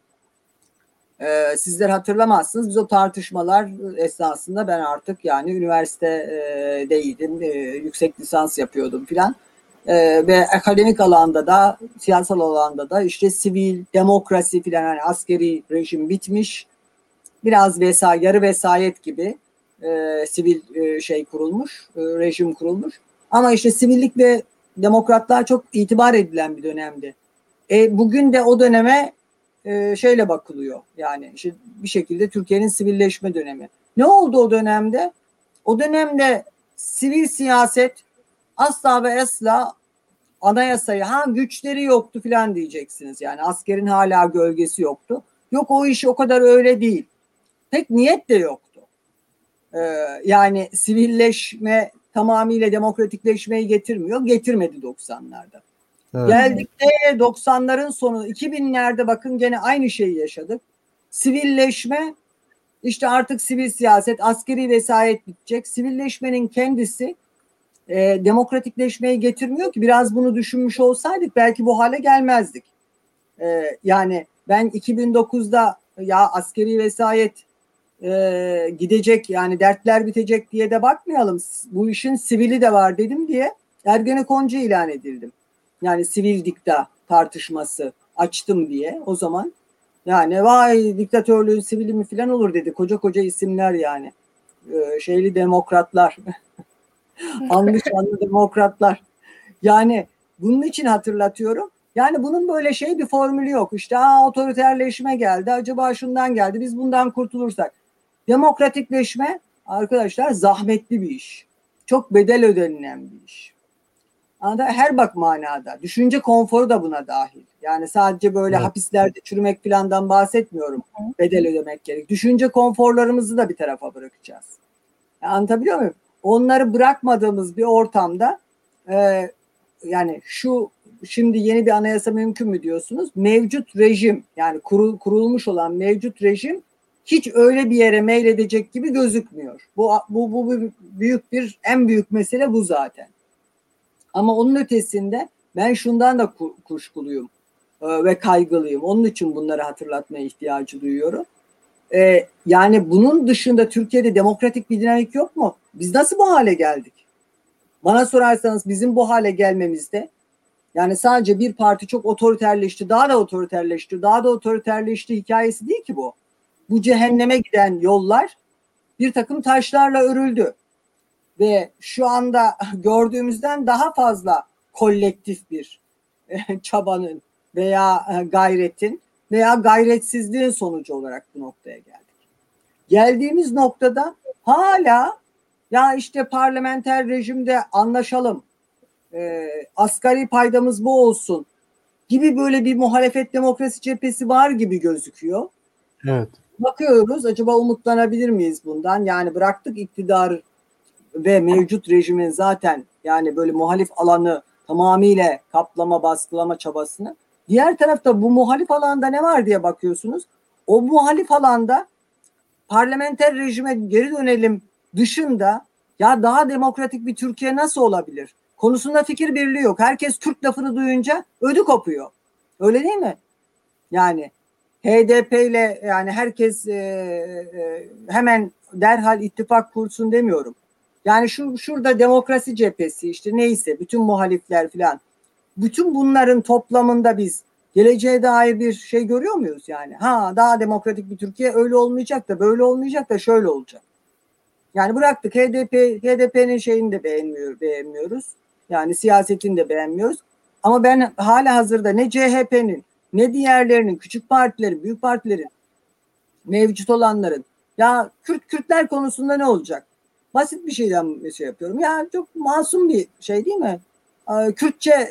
Sizler hatırlamazsınız. Biz o tartışmalar esnasında ben artık yani üniversitedeydim, yüksek lisans yapıyordum filan. Ve akademik alanda da, siyasal alanda da işte sivil demokrasi filan, yani askeri rejim bitmiş. Biraz yarı vesayet gibi sivil kurulmuş, rejim kurulmuş. Ama işte sivillik ve demokratlar çok itibar edilen bir dönemdi. Bugün de o döneme şeyle bakılıyor. Yani işte bir şekilde Türkiye'nin sivilleşme dönemi. Ne oldu o dönemde? O dönemde sivil siyaset asla ve asla anayasayı, güçleri yoktu filan diyeceksiniz. Yani askerin hala gölgesi yoktu. Yok, o iş o kadar öyle değil. Pek niyet de yoktu. Yani sivilleşme tamamıyla demokratikleşmeyi getirmedi 90'larda. Evet. Geldik de 90'ların sonu 2000'lerde bakın gene aynı şeyi yaşadık. Sivilleşme, işte artık sivil siyaset, askeri vesayet bitecek. Sivilleşmenin kendisi demokratikleşmeyi getirmiyor ki. Biraz bunu düşünmüş olsaydık belki bu hale gelmezdik. Yani ben 2009'da ya askeri vesayet gidecek, yani dertler bitecek diye de bakmayalım. Bu işin sivili de var dedim diye Ergenekoncu ilan edildim. Yani sivil dikta tartışması açtım diye o zaman. Yani vay diktatörlüğün sivili mi falan olur dedi. Koca koca isimler yani. Şeyli demokratlar. Anlı demokratlar. Yani bunun için hatırlatıyorum. Yani bunun böyle bir formülü yok. İşte otoriterleşme geldi. Acaba şundan geldi. Biz bundan kurtulursak. Demokratikleşme arkadaşlar zahmetli bir iş. Çok bedel ödenilen bir iş. Her bak manada. Düşünce konforu da buna dahil. Yani sadece böyle hapislerde çürümek plandan bahsetmiyorum. Bedel ödemek gerek. Düşünce konforlarımızı da bir tarafa bırakacağız. Anlatabiliyor muyum? Onları bırakmadığımız bir ortamda yani şimdi yeni bir anayasa mümkün mü diyorsunuz? Mevcut rejim, yani kurulmuş olan mevcut rejim hiç öyle bir yere meyledecek gibi gözükmüyor. Bu en büyük mesele bu zaten. Ama onun ötesinde ben şundan da kuşkuluyum ve kaygılıyım. Onun için bunları hatırlatmaya ihtiyacı duyuyorum. Yani bunun dışında Türkiye'de demokratik bir dinamik yok mu? Biz nasıl bu hale geldik? Bana sorarsanız bizim bu hale gelmemizde yani sadece bir parti çok otoriterleşti, daha da otoriterleşti, daha da otoriterleşti hikayesi değil ki bu. Bu cehenneme giden yollar bir takım taşlarla örüldü. Ve şu anda gördüğümüzden daha fazla kolektif bir çabanın veya gayretin veya gayretsizliğin sonucu olarak bu noktaya geldik. Geldiğimiz noktada hala ya işte parlamenter rejimde anlaşalım, asgari paydamız bu olsun gibi böyle bir muhalefet demokrasi cephesi var gibi gözüküyor. Evet. Bakıyoruz, acaba umutlanabilir miyiz bundan? Yani bıraktık iktidar ve mevcut rejimin zaten yani böyle muhalif alanı tamamıyla kaplama, baskılama çabasını. Diğer tarafta bu muhalif alanda ne var diye bakıyorsunuz. O muhalif alanda parlamenter rejime geri dönelim dışında ya daha demokratik bir Türkiye nasıl olabilir? Konusunda fikir birliği yok. Herkes Türk lafını duyunca ödü kopuyor. Öyle değil mi? Yani HDP ile yani herkes hemen derhal ittifak kursun demiyorum. Yani şurada demokrasi cephesi işte neyse bütün muhalifler filan. Bütün bunların toplamında biz geleceğe dair bir şey görüyor muyuz yani? Daha demokratik bir Türkiye öyle olmayacak da böyle olmayacak da şöyle olacak. Yani bıraktık HDP'nin şeyini de beğenmiyoruz. Yani siyasetini de beğenmiyoruz. Ama ben hala hazırda ne CHP'nin ne diğerlerinin, küçük partilerin, büyük partilerin, mevcut olanların ya Kürtler konusunda ne olacak? Basit bir şeyden şey yapıyorum. Ya çok masum bir şey değil mi? Kürtçe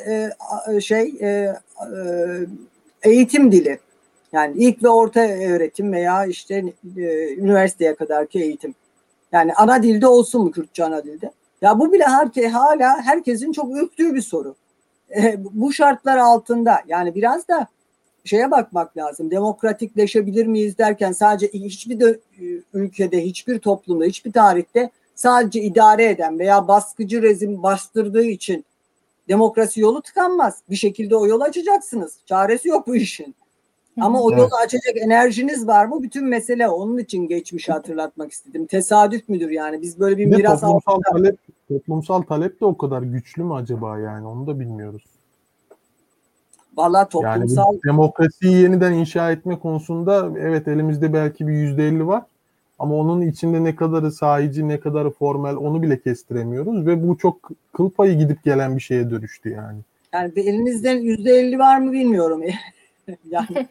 eğitim dili. Yani ilk ve orta öğretim veya işte üniversiteye kadarki eğitim. Yani ana dilde olsun mu Kürtçe ana dilde? Ya bu bile hala herkesin çok ürktüğü bir soru. Bu şartlar altında yani biraz da şeye bakmak lazım. Demokratikleşebilir miyiz derken sadece hiçbir ülkede, hiçbir toplumda, hiçbir tarihte sadece idare eden veya baskıcı rejim bastırdığı için demokrasi yolu tıkanmaz. Bir şekilde o yolu açacaksınız. Çaresi yok bu işin. Ama o yolu açacak enerjiniz var mı? Bütün mesele onun için geçmişi hatırlatmak istedim. Tesadüf müdür yani? Biz böyle bir miras toplumsal talep de o kadar güçlü mü acaba yani? Onu da bilmiyoruz. Vallahi toplumsal... Yani demokrasiyi yeniden inşa etme konusunda evet elimizde belki bir %50 var. Ama onun içinde ne kadarı sahici, ne kadarı formel onu bile kestiremiyoruz. Ve bu çok kıl payı gidip gelen bir şeye dönüştü yani. Yani elinizden %50 var mı bilmiyorum. Yani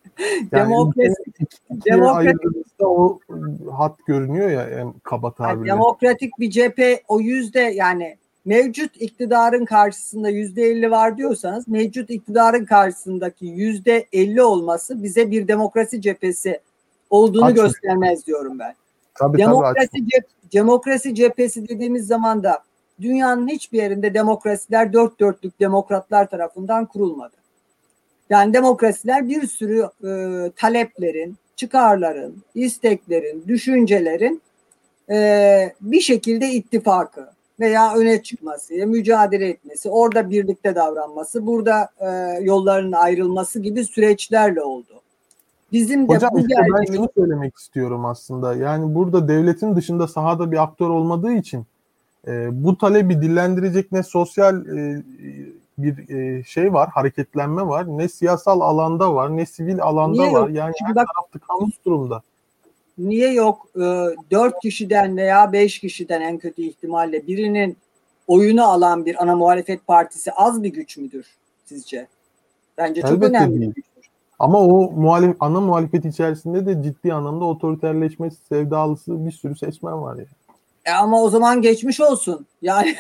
demokrasi o hat görünüyor ya en kaba tabirle. Yani demokratik bir cephe o yani mevcut iktidarın karşısında %50 var diyorsanız mevcut iktidarın karşısındaki %50 olması bize bir demokrasi cephesi olduğunu göstermez diyorum ben. Demokrasi cephesi dediğimiz zaman da dünyanın hiçbir yerinde demokrasiler dört dörtlük demokratlar tarafından kurulmadı. Yani demokrasiler bir sürü taleplerin, çıkarların, isteklerin, düşüncelerin bir şekilde ittifakı veya öne çıkması, mücadele etmesi, orada birlikte davranması, burada yolların ayrılması gibi süreçlerle oldu. Bizim de hocam işte ben şunu söylemek istiyorum aslında. Yani burada devletin dışında sahada bir aktör olmadığı için bu talebi dillendirecek ne sosyal bir şey var, hareketlenme var, ne siyasal alanda var, ne sivil alanda var. Yani her taraf tıkanmış durumda. Niye yok? 4 kişiden veya 5 kişiden en kötü ihtimalle birinin oyunu alan bir ana muhalefet partisi az bir güç müdür sizce? Bence çok önemli bir güçtür. Ama o ana muhalefet içerisinde de ciddi anlamda otoriterleşme sevdalısı bir sürü seçmen var ya. Ama o zaman geçmiş olsun. Yani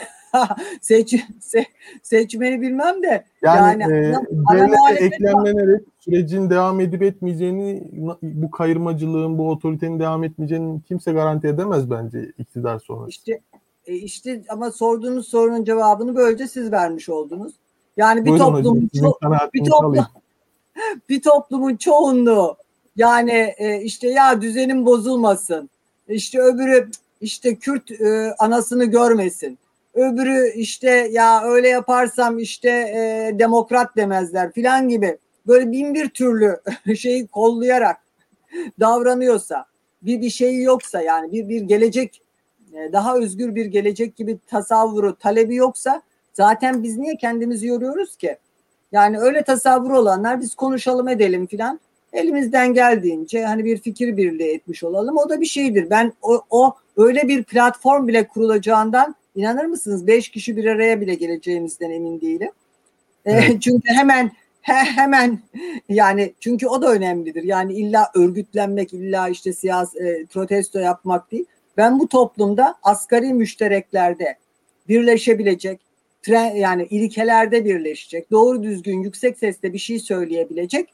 seçmeni bilmem de Yani yani ana devlete muhalefet var. eklemlenerek sürecin devam edip etmeyeceğini, bu kayırmacılığın, bu otoritenin devam etmeyeceğini kimse garanti edemez bence iktidar sonrası. İşte ama sorduğunuz sorunun cevabını böylece siz vermiş oldunuz. Yani Buyurun hocam, sizin kanaatinizi alayım. bir toplumun çoğunluğu yani işte ya düzenin bozulmasın. İşte öbürü işte Kürt anasını görmesin. Öbürü işte ya öyle yaparsam işte demokrat demezler filan gibi böyle bin bir türlü şeyi kollayarak davranıyorsa bir şeyi yoksa yani bir gelecek daha özgür bir gelecek gibi tasavvuru talebi yoksa zaten biz niye kendimizi yoruyoruz ki? Yani öyle tasavvuru olanlar biz konuşalım edelim filan elimizden geldiğince hani bir fikir birliği etmiş olalım o da bir şeydir. Ben o öyle bir platform bile kurulacağından inanır mısınız 5 kişi bir araya bile geleceğimizden emin değilim. Evet. Çünkü hemen yani çünkü o da önemlidir. Yani illa örgütlenmek, illa işte siyasi protesto yapmak değil. Ben bu toplumda asgari müştereklerde birleşebilecek, yani ilkelerde birleşecek, doğru düzgün yüksek sesle bir şey söyleyebilecek,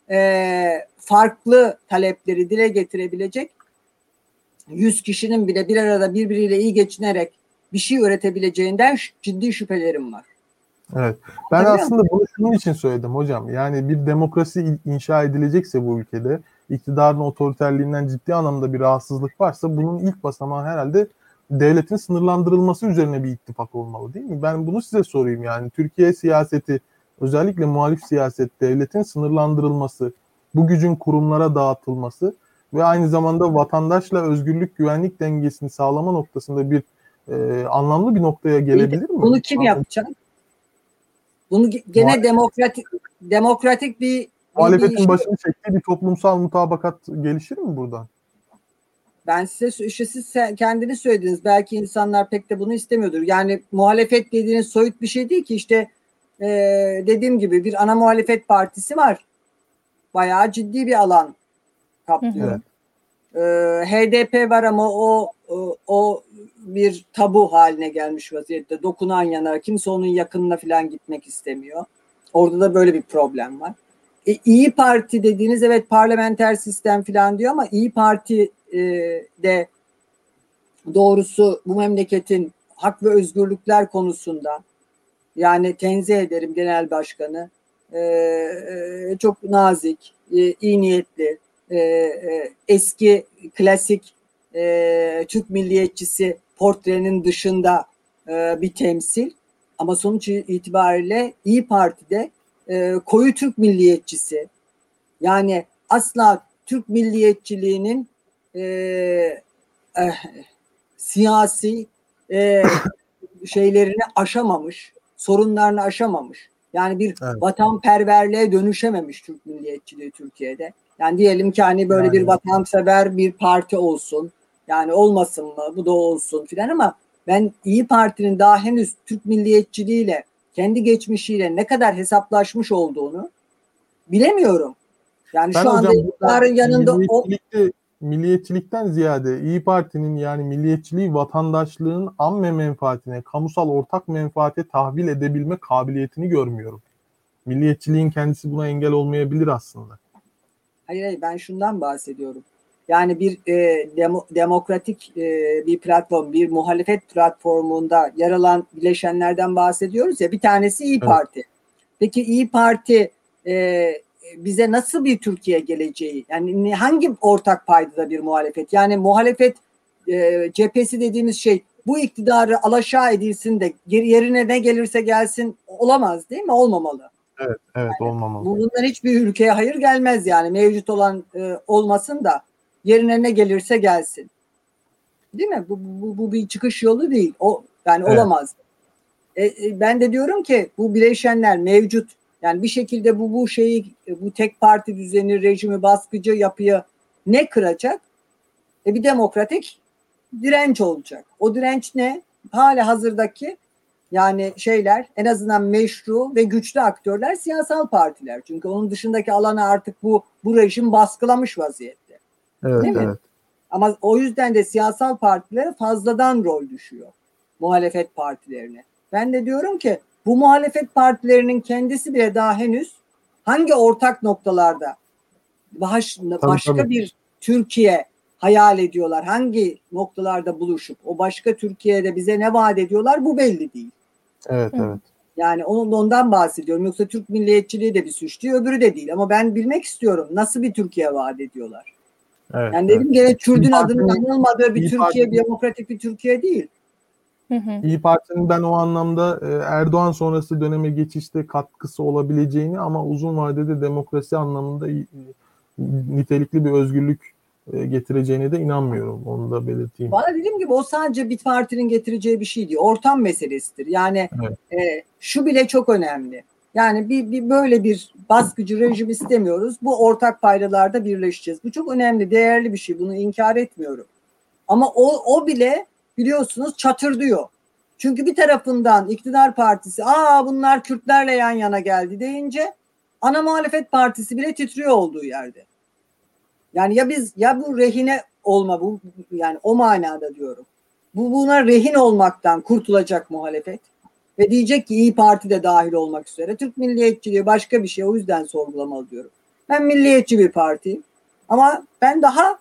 farklı talepleri dile getirebilecek 100 kişinin bile bir arada birbiriyle iyi geçinerek bir şey üretebileceğinden ciddi şüphelerim var. Evet. Ben aslında bunu şunun için söyledim hocam. Yani bir demokrasi inşa edilecekse bu ülkede, iktidarın otoriterliğinden ciddi anlamda bir rahatsızlık varsa bunun ilk basamağı herhalde devletin sınırlandırılması üzerine bir ittifak olmalı değil mi? Ben bunu size sorayım yani. Türkiye siyaseti, özellikle muhalif siyaset, devletin sınırlandırılması, bu gücün kurumlara dağıtılması ve aynı zamanda vatandaşla özgürlük güvenlik dengesini sağlama noktasında bir anlamlı bir noktaya gelebilir mi? Bunu kim yapacak? Bunu gene demokratik bir muhalefetin başını çektiği bir toplumsal mutabakat gelişir mi buradan? Ben size işte siz kendiniz söylediniz. Belki insanlar pek de bunu istemiyordur. Yani muhalefet dediğiniz soyut bir şey değil ki işte dediğim gibi bir ana muhalefet partisi var. Bayağı ciddi bir alan kaplıyor. HDP var ama o bir tabu haline gelmiş vaziyette. Dokunan yana kimse onun yakınına falan gitmek istemiyor. Orada da böyle bir problem var. İyi Parti dediğiniz evet parlamenter sistem falan diyor ama İyi Parti de doğrusu bu memleketin hak ve özgürlükler konusunda yani tenzih ederim genel başkanı çok nazik, iyi niyetli, eski klasik Türk milliyetçisi portrenin dışında bir temsil ama sonuç itibariyle İyi Parti'de koyu Türk milliyetçisi yani asla Türk milliyetçiliğinin siyasi şeylerini aşamamış, sorunlarını aşamamış. Yani bir vatanperverliğe dönüşememiş Türk milliyetçiliği Türkiye'de. Yani diyelim ki hani böyle bir vatansever bir parti olsun. Yani olmasın mı? Bu da olsun filan ama ben İyi Parti'nin daha henüz Türk milliyetçiliğiyle kendi geçmişiyle ne kadar hesaplaşmış olduğunu bilemiyorum. Yani ben şu anda iktidarın yanında milliyetçilikten ziyade İyi Parti'nin yani milliyetçiliği vatandaşlığın amme menfaatine, kamusal ortak menfaate tahvil edebilme kabiliyetini görmüyorum. Milliyetçiliğin kendisi buna engel olmayabilir aslında. Hayır ben şundan bahsediyorum. Yani bir demokratik bir platform, bir muhalefet platformunda yer alan bileşenlerden bahsediyoruz ya. Bir tanesi İyi Parti. Peki İyi Parti bize nasıl bir Türkiye geleceği? Yani hangi ortak paydada bir muhalefet? Yani muhalefet cephesi dediğimiz şey bu iktidarı alaşağı edilsin de yerine ne gelirse gelsin olamaz değil mi? Olmamalı. Evet yani olmamalı. Bundan hiçbir ülkeye hayır gelmez yani. Mevcut olan olmasın da yerine ne gelirse gelsin. Değil mi? Bu bir çıkış yolu değil. Yani olamaz. Ben de diyorum ki bu bileşenler mevcut. Yani bir şekilde bu şeyi bu tek parti düzeni, rejimi, baskıcı yapıyı ne kıracak? Bir demokratik direnç olacak. O direnç ne? Hali hazırdaki Yani şeyler en azından meşru ve güçlü aktörler siyasal partiler. Çünkü onun dışındaki alanı artık bu rejim baskılamış vaziyette. Evet, Değil mi? evet. Ama o yüzden de siyasal partilere fazladan rol düşüyor. Muhalefet partilerine. Ben de diyorum ki bu muhalefet partilerinin kendisi bile daha henüz hangi ortak noktalarda başka Tabii. bir Türkiye hayal ediyorlar? Hangi noktalarda buluşup o başka Türkiye'de bize ne vaat ediyorlar? Bu belli değil. Evet, evet. Yani ondan bahsediyorum. Yoksa Türk milliyetçiliği de bir suç değil, öbürü de değil. Ama ben bilmek istiyorum. Nasıl bir Türkiye vaat ediyorlar? Evet, Yani evet. dedim gene Kürdün İYİ adının Parti'nin anılmadığı bir İYİ Türkiye, Parti'nin demokratik bir Türkiye değil. İYİ Parti'nin ben o anlamda Erdoğan sonrası döneme geçişte katkısı olabileceğini ama uzun vadede demokrasi anlamında nitelikli bir özgürlük getireceğine de inanmıyorum. Onu da belirteyim. Bana dediğim gibi o sadece bir partinin getireceği bir şey değil. Ortam meselesidir. Yani Evet. şu bile çok önemli. Yani böyle bir baskıcı rejim istemiyoruz. Bu ortak paydalarda birleşeceğiz. Bu çok önemli, değerli bir şey. Bunu inkar etmiyorum. Ama o bile biliyorsunuz çatırdıyor. Çünkü bir tarafından iktidar partisi bunlar Kürtlerle yan yana geldi deyince ana muhalefet partisi bile titriyor olduğu yerde. Yani ya bu rehine olma bu yani o manada diyorum. Buna rehin olmaktan kurtulacak muhalefet ve diyecek ki İYİ Parti de dahil olmak üzere. Türk milliyetçiliği başka bir şey, o yüzden sorgulamalı diyorum. Ben milliyetçi bir partiyim ama ben daha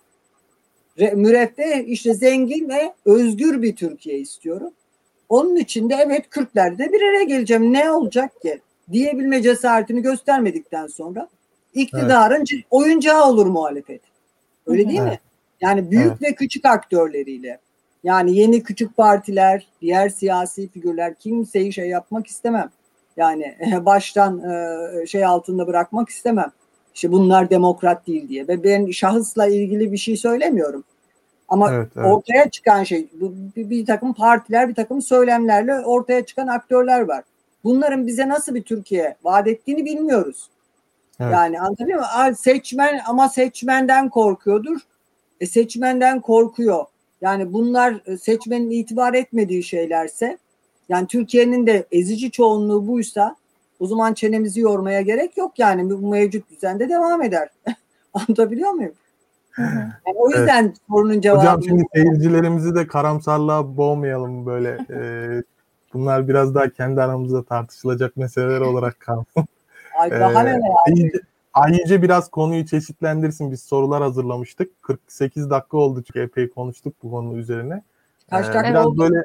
müreffeh, işte zengin ve özgür bir Türkiye istiyorum. Onun için de evet Kürtlerle bir araya geleceğim. Ne olacak ki? Diyebilme cesaretini göstermedikten sonra iktidarın oyuncağı olur muhalefet. Öyle değil mi? Yani büyük ve küçük aktörleriyle. Yani yeni küçük partiler, diğer siyasi figürler, kimseyi yapmak istemem. Yani baştan şey altında bırakmak istemem. İşte bunlar demokrat değil diye. Ve ben şahısla ilgili bir şey söylemiyorum. Ama ortaya çıkan şey bir takım partiler, bir takım söylemlerle ortaya çıkan aktörler var. Bunların bize nasıl bir Türkiye vaat ettiğini bilmiyoruz. Evet. Yani anlatabiliyor muyum? Seçmen ama seçmenden korkuyordur. Seçmenden korkuyor. Yani bunlar seçmenin itibar etmediği şeylerse, yani Türkiye'nin de ezici çoğunluğu buysa o zaman çenemizi yormaya gerek yok yani bu mevcut düzende devam eder. Anlatabiliyor muyum? Yani o yüzden sorunun cevabını... Hocam şimdi seyircilerimizi de karamsarlığa boğmayalım böyle. Bunlar biraz daha kendi aramızda tartışılacak meseleler olarak kalsın. Ay daha ne Ayice biraz konuyu çeşitlendirsin. Biz sorular hazırlamıştık. 48 dakika oldu çünkü epey konuştuk bu konu üzerine. Kaç dakika biraz oldu? böyle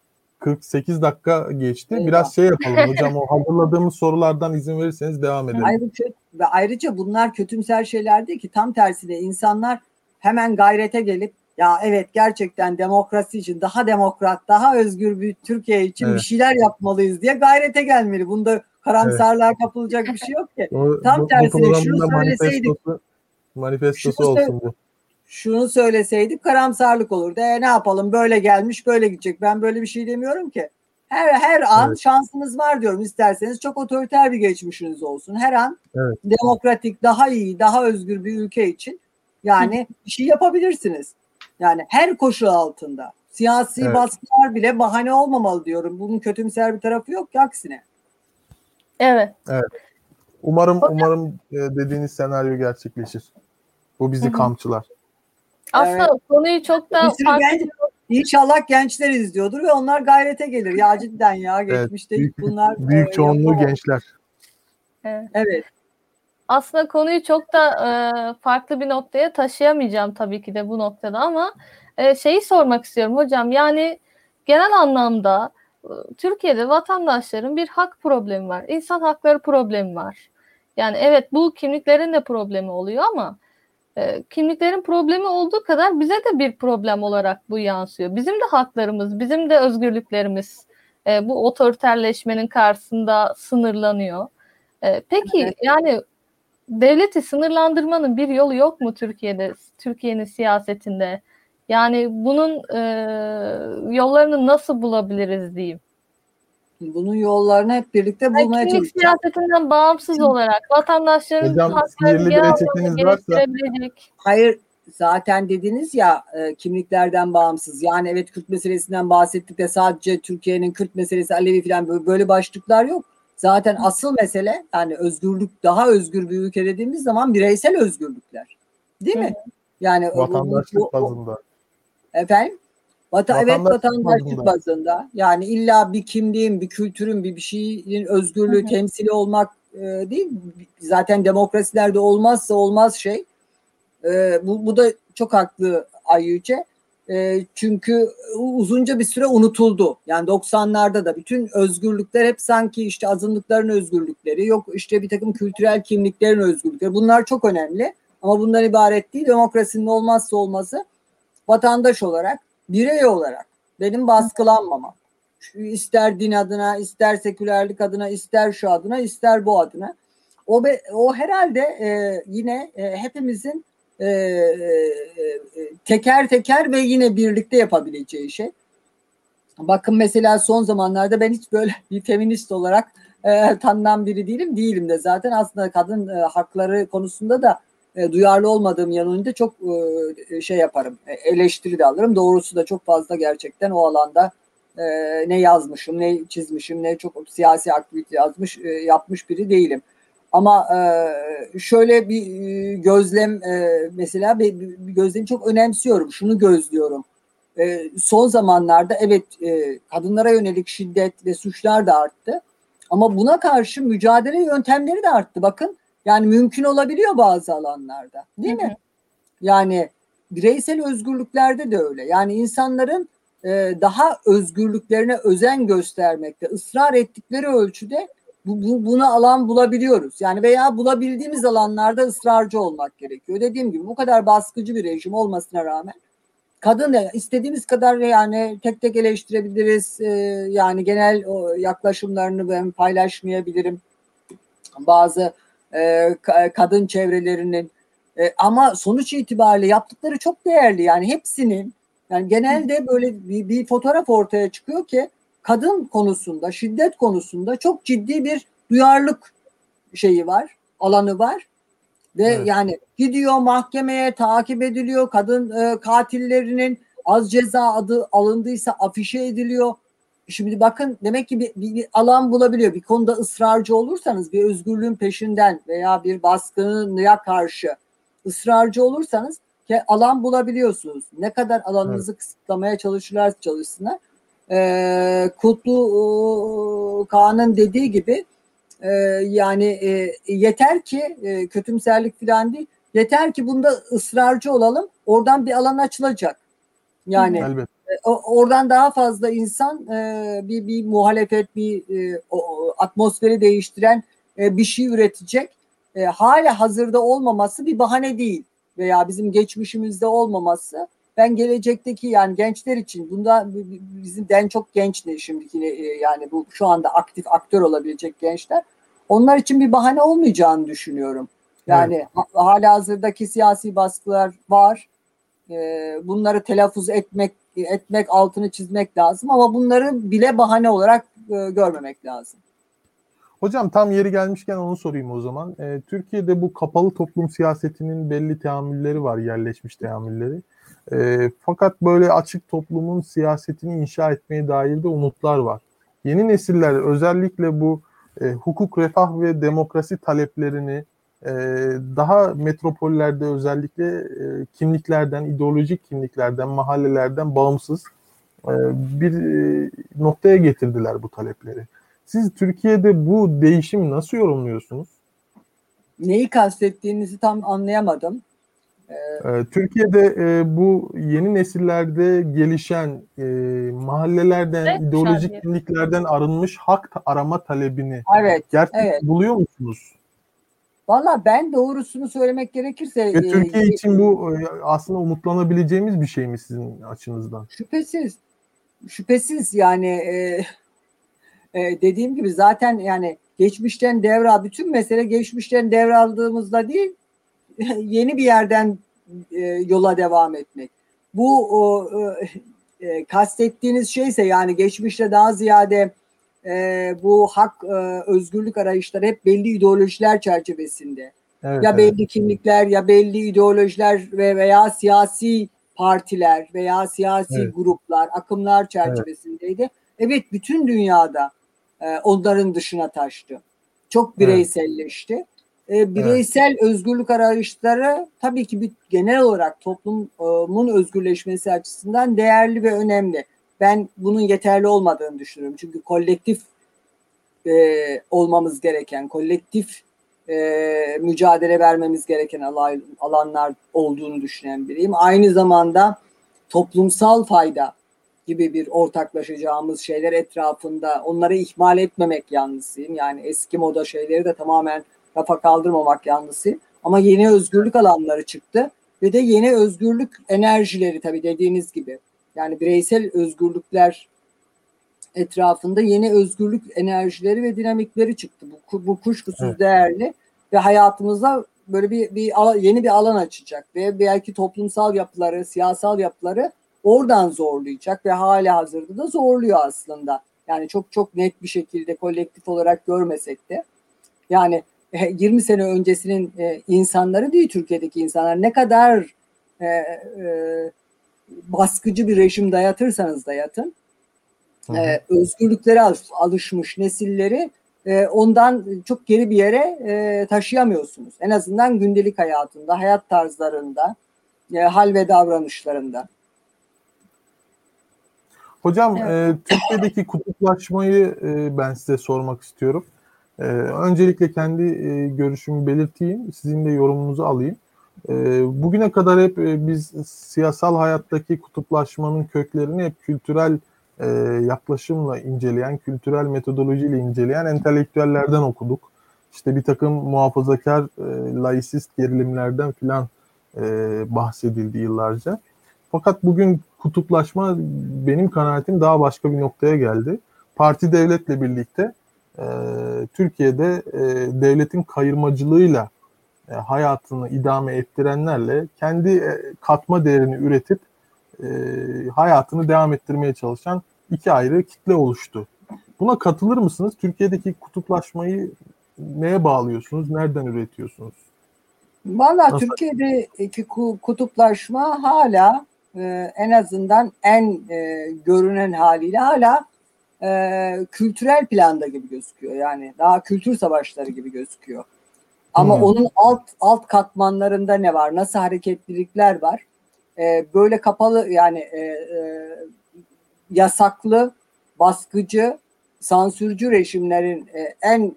48 dakika geçti. Eyvah. Biraz şey yapalım hocam, o hazırladığımız sorulardan izin verirseniz devam edelim. Ayrıca bunlar kötümser şeyler değil ki, tam tersine insanlar hemen gayrete gelip ya evet gerçekten demokrasi için daha demokrat, daha özgür bir Türkiye için bir şeyler yapmalıyız diye gayrete gelmeli. Bunda karamsarlığa kapılacak bir şey yok ki. Tam tersine şunu söyleseydik, manifestosu olsun bu. Şunu söyleseydik karamsarlık olurdu. Ne yapalım, böyle gelmiş böyle gidecek. Ben böyle bir şey demiyorum ki. Her an şansınız var diyorum. İsterseniz çok otoriter bir geçmişiniz olsun. Her an demokratik, daha iyi, daha özgür bir ülke için yani bir şey yapabilirsiniz. Yani her koşul altında. Siyasi baskılar bile bahane olmamalı diyorum. Bunun kötümser bir tarafı yok ki, aksine. Evet. Umarım dediğiniz senaryo gerçekleşir. Bu bizi kamçılar. Aslında konuyu çok da İnşallah gençler izliyordur ve onlar gayrete gelir. Ya cidden ya geçmişte bunlar büyük çoğunluğu gençler. Evet. Aslında konuyu çok da farklı bir noktaya taşıyamayacağım tabii ki de bu noktada ama şeyi sormak istiyorum hocam. Yani genel anlamda Türkiye'de vatandaşların bir hak problemi var. İnsan hakları problemi var. Yani evet, bu kimliklerin de problemi oluyor ama kimliklerin problemi olduğu kadar bize de bir problem olarak bu yansıyor. Bizim de haklarımız, bizim de özgürlüklerimiz bu otoriterleşmenin karşısında sınırlanıyor. Peki yani devleti sınırlandırmanın bir yolu yok mu Türkiye'de, Türkiye'nin siyasetinde? Yani bunun yollarını nasıl bulabiliriz diyeyim? Bunun yollarını hep birlikte bulmaya çalışacağız. Kimlik siyasetinden bağımsız olarak vatandaşların haklarını genel anlamda gerektirebilecek. Hayır, zaten dediniz ya kimliklerden bağımsız. Yani evet Kürt meselesinden bahsettik de sadece Türkiye'nin Kürt meselesi, Alevi falan böyle başlıklar yok. Zaten asıl mesele yani özgürlük, daha özgür bir ülke dediğimiz zaman bireysel özgürlükler. Değil mi? Yani Vatandaşlık bazında. efendim? Evet, Vatandaşlık vatandaşlık bazında. bazında. Yani illa bir kimliğin, bir kültürün, bir şeyin özgürlüğü temsili olmak değil. Zaten demokrasilerde olmazsa olmaz şey. Bu da çok haklı Ayyüce. Çünkü uzunca bir süre unutuldu. Yani 90'larda da bütün özgürlükler hep sanki işte azınlıkların özgürlükleri, yok işte bir takım kültürel kimliklerin özgürlükleri. Bunlar çok önemli ama bundan ibaret değil. Demokrasinin olmazsa olmazı vatandaş olarak, birey olarak benim baskılanmamam. İster din adına, ister sekülerlik adına, ister şu adına, ister bu adına. O herhalde yine hepimizin teker teker ve yine birlikte yapabileceği şey. Bakın mesela son zamanlarda ben hiç böyle bir feminist olarak tanınan biri değilim de zaten aslında kadın hakları konusunda da duyarlı olmadığım yanında çok şey yaparım, eleştiri de alırım. Doğrusu da çok fazla gerçekten o alanda ne yazmışım, ne çizmişim, ne çok siyasi aktivite yapmış biri değilim. Ama şöyle bir gözlem mesela bir gözlemi çok önemsiyorum. Şunu gözlüyorum. Son zamanlarda evet kadınlara yönelik şiddet ve suçlar da arttı. Ama buna karşı mücadele yöntemleri de arttı. Bakın yani mümkün olabiliyor bazı alanlarda. Değil mi? Yani bireysel özgürlüklerde de öyle. Yani insanların daha özgürlüklerine özen göstermekte, ısrar ettikleri ölçüde buna alan bulabiliyoruz. Yani veya bulabildiğimiz alanlarda ısrarcı olmak gerekiyor. Dediğim gibi bu kadar baskıcı bir rejim olmasına rağmen kadın da istediğimiz kadar yani tek tek eleştirebiliriz. Yani genel o yaklaşımlarını ben paylaşmayabilirim. Bazı kadın çevrelerinin ama sonuç itibariyle yaptıkları çok değerli. Yani hepsinin yani genelde böyle bir fotoğraf ortaya çıkıyor ki kadın konusunda, şiddet konusunda çok ciddi bir duyarlılık şeyi var, alanı var. Ve Evet. yani gidiyor mahkemeye, takip ediliyor. Kadın katillerinin az ceza adı alındıysa afişe ediliyor. Şimdi bakın demek ki bir alan bulabiliyor. Bir konuda ısrarcı olursanız, bir özgürlüğün peşinden veya bir baskıya karşı ısrarcı olursanız alan bulabiliyorsunuz. Ne kadar alanınızı kısıtlamaya çalışsınlar. Kutlu Kağan'ın dediği gibi yani yeter ki kötümserlik falan değil. Yeter ki bunda ısrarcı olalım. Oradan bir alan açılacak. Yani Elbette. oradan daha fazla insan bir muhalefet, bir atmosferi değiştiren bir şey üretecek. Hala hazırda olmaması bir bahane değil. Veya bizim geçmişimizde olmaması. Ben gelecekteki yani gençler için bunda bizden çok genç ne şimdiki yani bu şu anda aktif aktör olabilecek gençler. Onlar için bir bahane olmayacağını düşünüyorum. Yani hala hazırdaki siyasi baskılar var. Bunları telaffuz etmek, altını çizmek lazım ama bunları bile bahane olarak görmemek lazım. Hocam tam yeri gelmişken onu sorayım o zaman. Türkiye'de bu kapalı toplum siyasetinin belli teamülleri var, yerleşmiş teamülleri. Fakat böyle açık toplumun siyasetini inşa etmeye dair de umutlar var. Yeni nesiller özellikle bu hukuk, refah ve demokrasi taleplerini daha metropollerde özellikle kimliklerden, ideolojik kimliklerden, mahallelerden bağımsız bir noktaya getirdiler bu talepleri. Siz Türkiye'de bu değişimi nasıl yorumluyorsunuz? Neyi kastettiğinizi tam anlayamadım. Türkiye'de bu yeni nesillerde gelişen mahallelerden, ideolojik kimliklerden arınmış hak arama talebini gerçekten buluyor musunuz? Valla ben doğrusunu söylemek gerekirse Ve Türkiye için bu aslında umutlanabileceğimiz bir şey mi sizin açınızdan? Şüphesiz yani dediğim gibi zaten yani geçmişten bütün mesele geçmişten devraldığımızda değil yeni bir yerden yola devam etmek. Bu kastettiğiniz şeyse yani geçmişte daha ziyade bu hak özgürlük arayışları hep belli ideolojiler çerçevesinde Evet, Ya evet, belli kimlikler, ya belli ideolojiler veya siyasi partiler veya siyasi evet, gruplar, akımlar evet, çerçevesindeydi. Evet, bütün dünyada onların dışına taştı. Çok evet, bireyselleşti. evet, Bireysel özgürlük arayışları tabii ki genel olarak toplumun özgürleşmesi açısından değerli ve önemli. Ben bunun yeterli olmadığını düşünüyorum. Çünkü kolektif olmamız gereken, kolektif mücadele vermemiz gereken alanlar olduğunu düşünen biriyim. Aynı zamanda toplumsal fayda gibi bir ortaklaşacağımız şeyler etrafında onları ihmal etmemek yanlısıyım. Yani eski moda şeyleri de tamamen rafa kaldırmamak yanlısıyım. Ama yeni özgürlük alanları çıktı ve de yeni özgürlük enerjileri tabii dediğiniz gibi. Yani bireysel özgürlükler etrafında yeni özgürlük enerjileri ve dinamikleri çıktı. Bu evet. kuşkusuz değerli ve hayatımızda böyle yeni bir alan açacak ve belki toplumsal yapıları, siyasal yapıları oradan zorlayacak ve hali hazırda da zorluyor aslında. Yani çok çok net bir şekilde kolektif olarak görmesek de. Yani 20 sene öncesinin insanları değil, Türkiye'deki insanlar ne kadar baskıcı bir rejim dayatırsanız dayatın, Hı hı. özgürlüklere alışmış nesilleri ondan çok geri bir yere taşıyamıyorsunuz. En azından gündelik hayatında, hayat tarzlarında, hal ve davranışlarında. Hocam, Evet. Türkiye'deki kutuplaşmayı ben size sormak istiyorum. Öncelikle kendi görüşümü belirteyim, sizin de yorumunuzu alayım. Bugüne kadar hep biz siyasal hayattaki kutuplaşmanın köklerini hep kültürel yaklaşımla inceleyen, kültürel metodolojiyle inceleyen entelektüellerden okuduk. İşte bir takım muhafazakar, laisist gerilimlerden filan bahsedildi yıllarca. Fakat bugün kutuplaşma benim kanaatim daha başka bir noktaya geldi. Parti devletle birlikte e, Türkiye'de devletin kayırmacılığıyla hayatını idame ettirenlerle kendi katma değerini üretip e, hayatını devam ettirmeye çalışan iki ayrı kitle oluştu. Buna katılır mısınız? Türkiye'deki kutuplaşmayı neye bağlıyorsunuz? Nereden üretiyorsunuz? Valla Nasıl? Türkiye'deki kutuplaşma hala en azından en görünen haliyle hala kültürel planda gibi gözüküyor. Yani daha kültür savaşları gibi gözüküyor. Ama Hmm, onun alt katmanlarında ne var? Nasıl hareketlilikler var? Böyle kapalı yani yasaklı, baskıcı, sansürcü rejimlerin en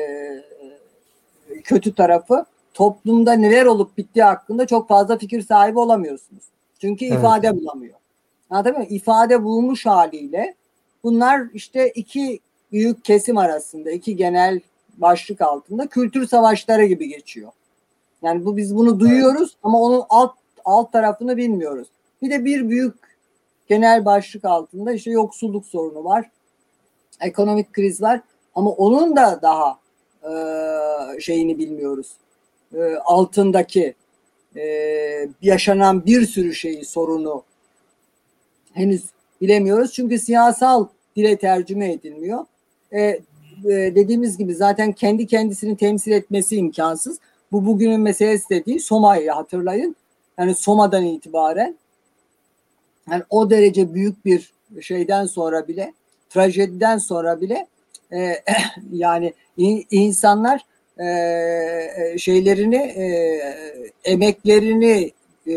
kötü tarafı toplumda neler olup bittiği hakkında çok fazla fikir sahibi olamıyorsunuz. Çünkü evet, ifade bulamıyor. Anladın mı? İfade bulmuş haliyle bunlar işte iki büyük kesim arasında, iki genel başlık altında kültür savaşları gibi geçiyor. Yani biz bunu evet, duyuyoruz ama onun alt tarafını bilmiyoruz. Bir de bir büyük genel başlık altında işte yoksulluk sorunu var, ekonomik kriz var ama onun da daha şeyini bilmiyoruz. Altındaki yaşanan bir sürü sorunu henüz bilemiyoruz. Çünkü siyasal dile tercüme edilmiyor. Dediğimiz gibi zaten kendi kendisini temsil etmesi imkansız. Bu bugünün meselesi de değil. Soma'yı hatırlayın. Yani Soma'dan itibaren yani o derece büyük bir şeyden sonra bile, trajediden sonra bile yani insanlar şeylerini emeklerini e,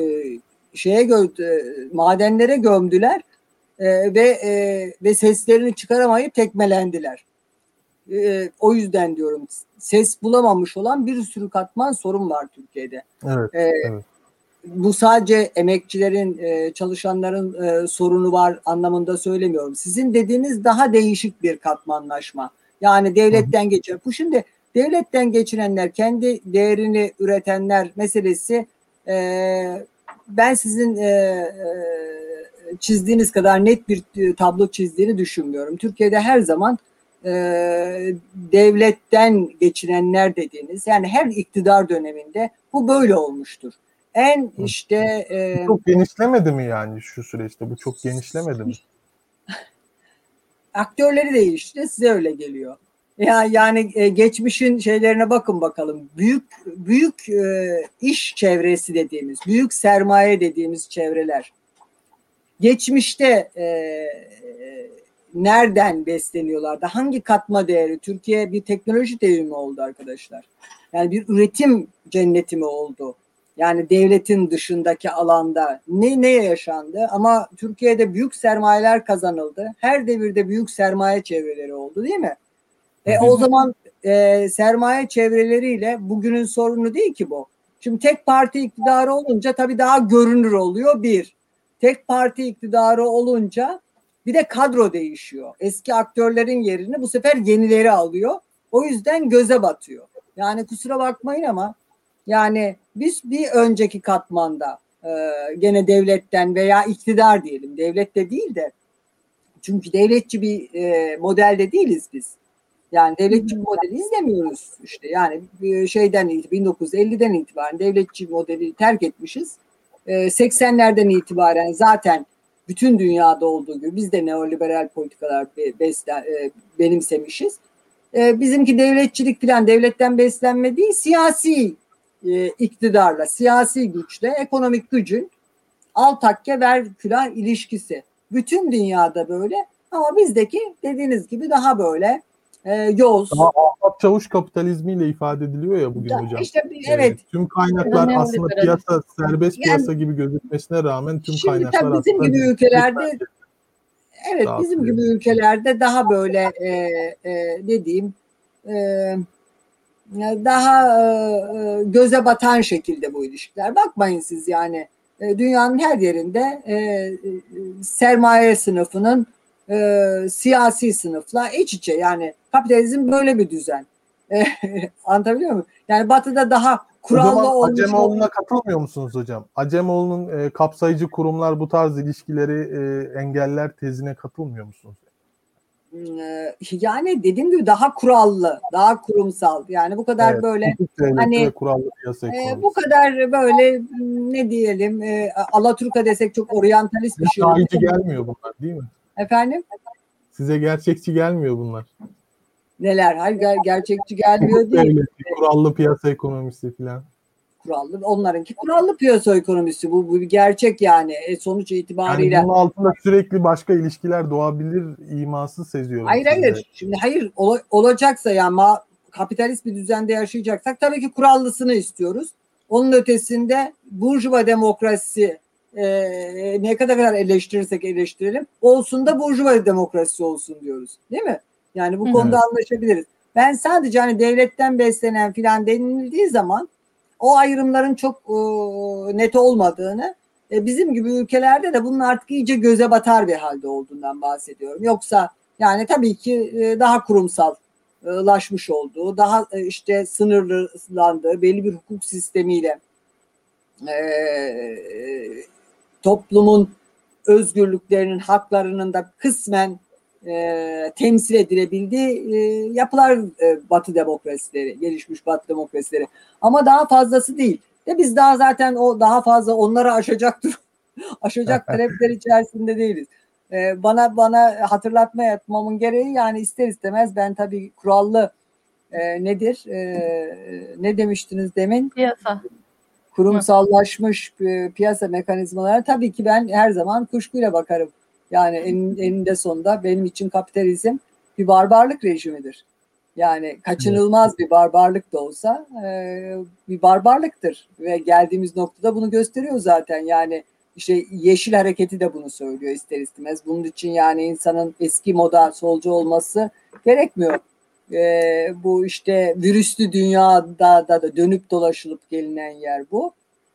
madenlere gömdüler ve seslerini çıkaramayıp tekmelendiler. O yüzden diyorum ses bulamamış olan bir sürü katman sorun var Türkiye'de. evet, E, evet. Bu sadece emekçilerin, çalışanların sorunu var anlamında söylemiyorum. Sizin dediğiniz daha değişik bir katmanlaşma. Yani Hı hı. devletten geçiyor. Bu şimdi devletten geçinenler, kendi değerini üretenler meselesi ben sizin çizdiğiniz kadar net bir tablo çizdiğini düşünmüyorum. Türkiye'de her zaman e, devletten geçinenler dediğiniz yani her iktidar döneminde bu böyle olmuştur. En Hı. işte Bu çok genişlemedi mi yani şu süreçte? Bu çok genişlemedi mi? aktörleri değişti, size öyle geliyor. Yani geçmişin şeylerine bakın bakalım. Büyük iş çevresi dediğimiz, büyük sermaye dediğimiz çevreler. Geçmişte nereden besleniyorlardı? Hangi katma değeri? Türkiye bir teknoloji devrimi oldu arkadaşlar. Yani bir üretim cenneti mi oldu? Yani devletin dışındaki alanda neye yaşandı? Ama Türkiye'de büyük sermayeler kazanıldı. Her devirde büyük sermaye çevreleri oldu, değil mi? O zaman sermaye çevreleriyle bugünün sorunu değil ki bu. Şimdi tek parti iktidarı olunca tabii daha görünür oluyor bir. Tek parti iktidarı olunca bir de kadro değişiyor. Eski aktörlerin yerini bu sefer yenileri alıyor. O yüzden göze batıyor. Yani kusura bakmayın ama yani biz bir önceki katmanda gene devletten veya iktidar diyelim, devlette değil de, çünkü devletçi bir modelde değiliz biz. Yani devletçi modeli izlemiyoruz işte. Yani şeyden 1950'den itibaren devletçi modeli terk etmişiz. 80'lerden itibaren zaten bütün dünyada olduğu gibi biz de neoliberal politikalar benimsemişiz. Bizimki devletçilik falan, devletten beslenme değil, siyasi iktidarla, siyasi güçle, ekonomik gücün al takke ver külah ilişkisi. Bütün dünyada böyle, ama bizdeki dediğiniz gibi daha böyle yoz. Daha ahbap çavuş kapitalizmiyle ifade ediliyor ya bugün hocam. İşte evet. Tüm kaynaklar aslında piyasa, serbest Yani, piyasa gibi gözükmesine rağmen tüm şimdi kaynaklar tabii bizim aslında gibi ülkelerde, evet, dağıtılıyor. bizim gibi ülkelerde daha böyle ne diyeyim, daha göze batan şekilde bu ilişkiler. Bakmayın siz yani dünyanın her yerinde sermaye sınıfının siyasi sınıfla iç içe, yani kapitalizm böyle bir düzen. Anlatabiliyor muyum? Yani Batı'da daha kurallı olmuş. Acemoğlu'na katılmıyor musunuz hocam? Acemoğlu'nun kapsayıcı kurumlar bu tarz ilişkileri engeller tezine katılmıyor musunuz? Yani dediğim gibi daha kurallı, daha kurumsal. Yani bu kadar böyle hani kurallı piyasa ekonomisi. Bu kadar böyle ne diyelim Alaturka desek çok oryantalist bir şey olur. Gerçekçi gelmiyor bunlar değil mi? Efendim? Size gerçekçi gelmiyor bunlar. Neler? Hayır, gerçekçi gelmiyor değil. Kurallı piyasa ekonomisi falan. Kurallı. Onlarınki kurallı piyasa ekonomisi. Bu bir gerçek yani. Sonuç itibariyle. Yani bunun altında sürekli başka ilişkiler doğabilir iması seziyorum. Hayır. Şimdi olacaksa yani kapitalist bir düzende yaşayacaksak tabii ki kurallısını istiyoruz. Onun ötesinde burjuva demokrasi ne kadar eleştirirsek eleştirelim, olsun da burjuva demokrasi olsun diyoruz. Değil mi? Yani bu konuda anlaşabiliriz. Ben sadece hani devletten beslenen filan denildiği zaman o ayrımların çok net olmadığını, bizim gibi ülkelerde de bunun artık iyice göze batar bir halde olduğundan bahsediyorum. Yoksa yani tabii ki daha kurumsallaşmış olduğu, daha işte sınırlandığı belli bir hukuk sistemiyle toplumun özgürlüklerinin, haklarının da kısmen temsil edilebildiği yapılar Batı demokrasileri, gelişmiş Batı demokrasileri. Ama daha fazlası değil. Ve biz daha zaten o daha fazla onları aşacak talepler içerisinde değiliz. Bana hatırlatma yapmamın gereği, yani ister istemez ben tabii kurallı nedir? Ne demiştiniz demin? Piyasa. Kurumsallaşmış piyasa mekanizmalarına tabii ki ben her zaman kuşkuyla bakarım. Yani eninde sonunda benim için kapitalizm bir barbarlık rejimidir. Yani kaçınılmaz bir barbarlık da olsa bir barbarlıktır. Ve geldiğimiz noktada bunu gösteriyor zaten. Yani işte Yeşil Hareketi de bunu söylüyor ister istemez. Bunun için yani insanın eski moda solcu olması gerekmiyor. Bu işte virüslü dünyada da dönüp dolaşılıp gelinen yer bu.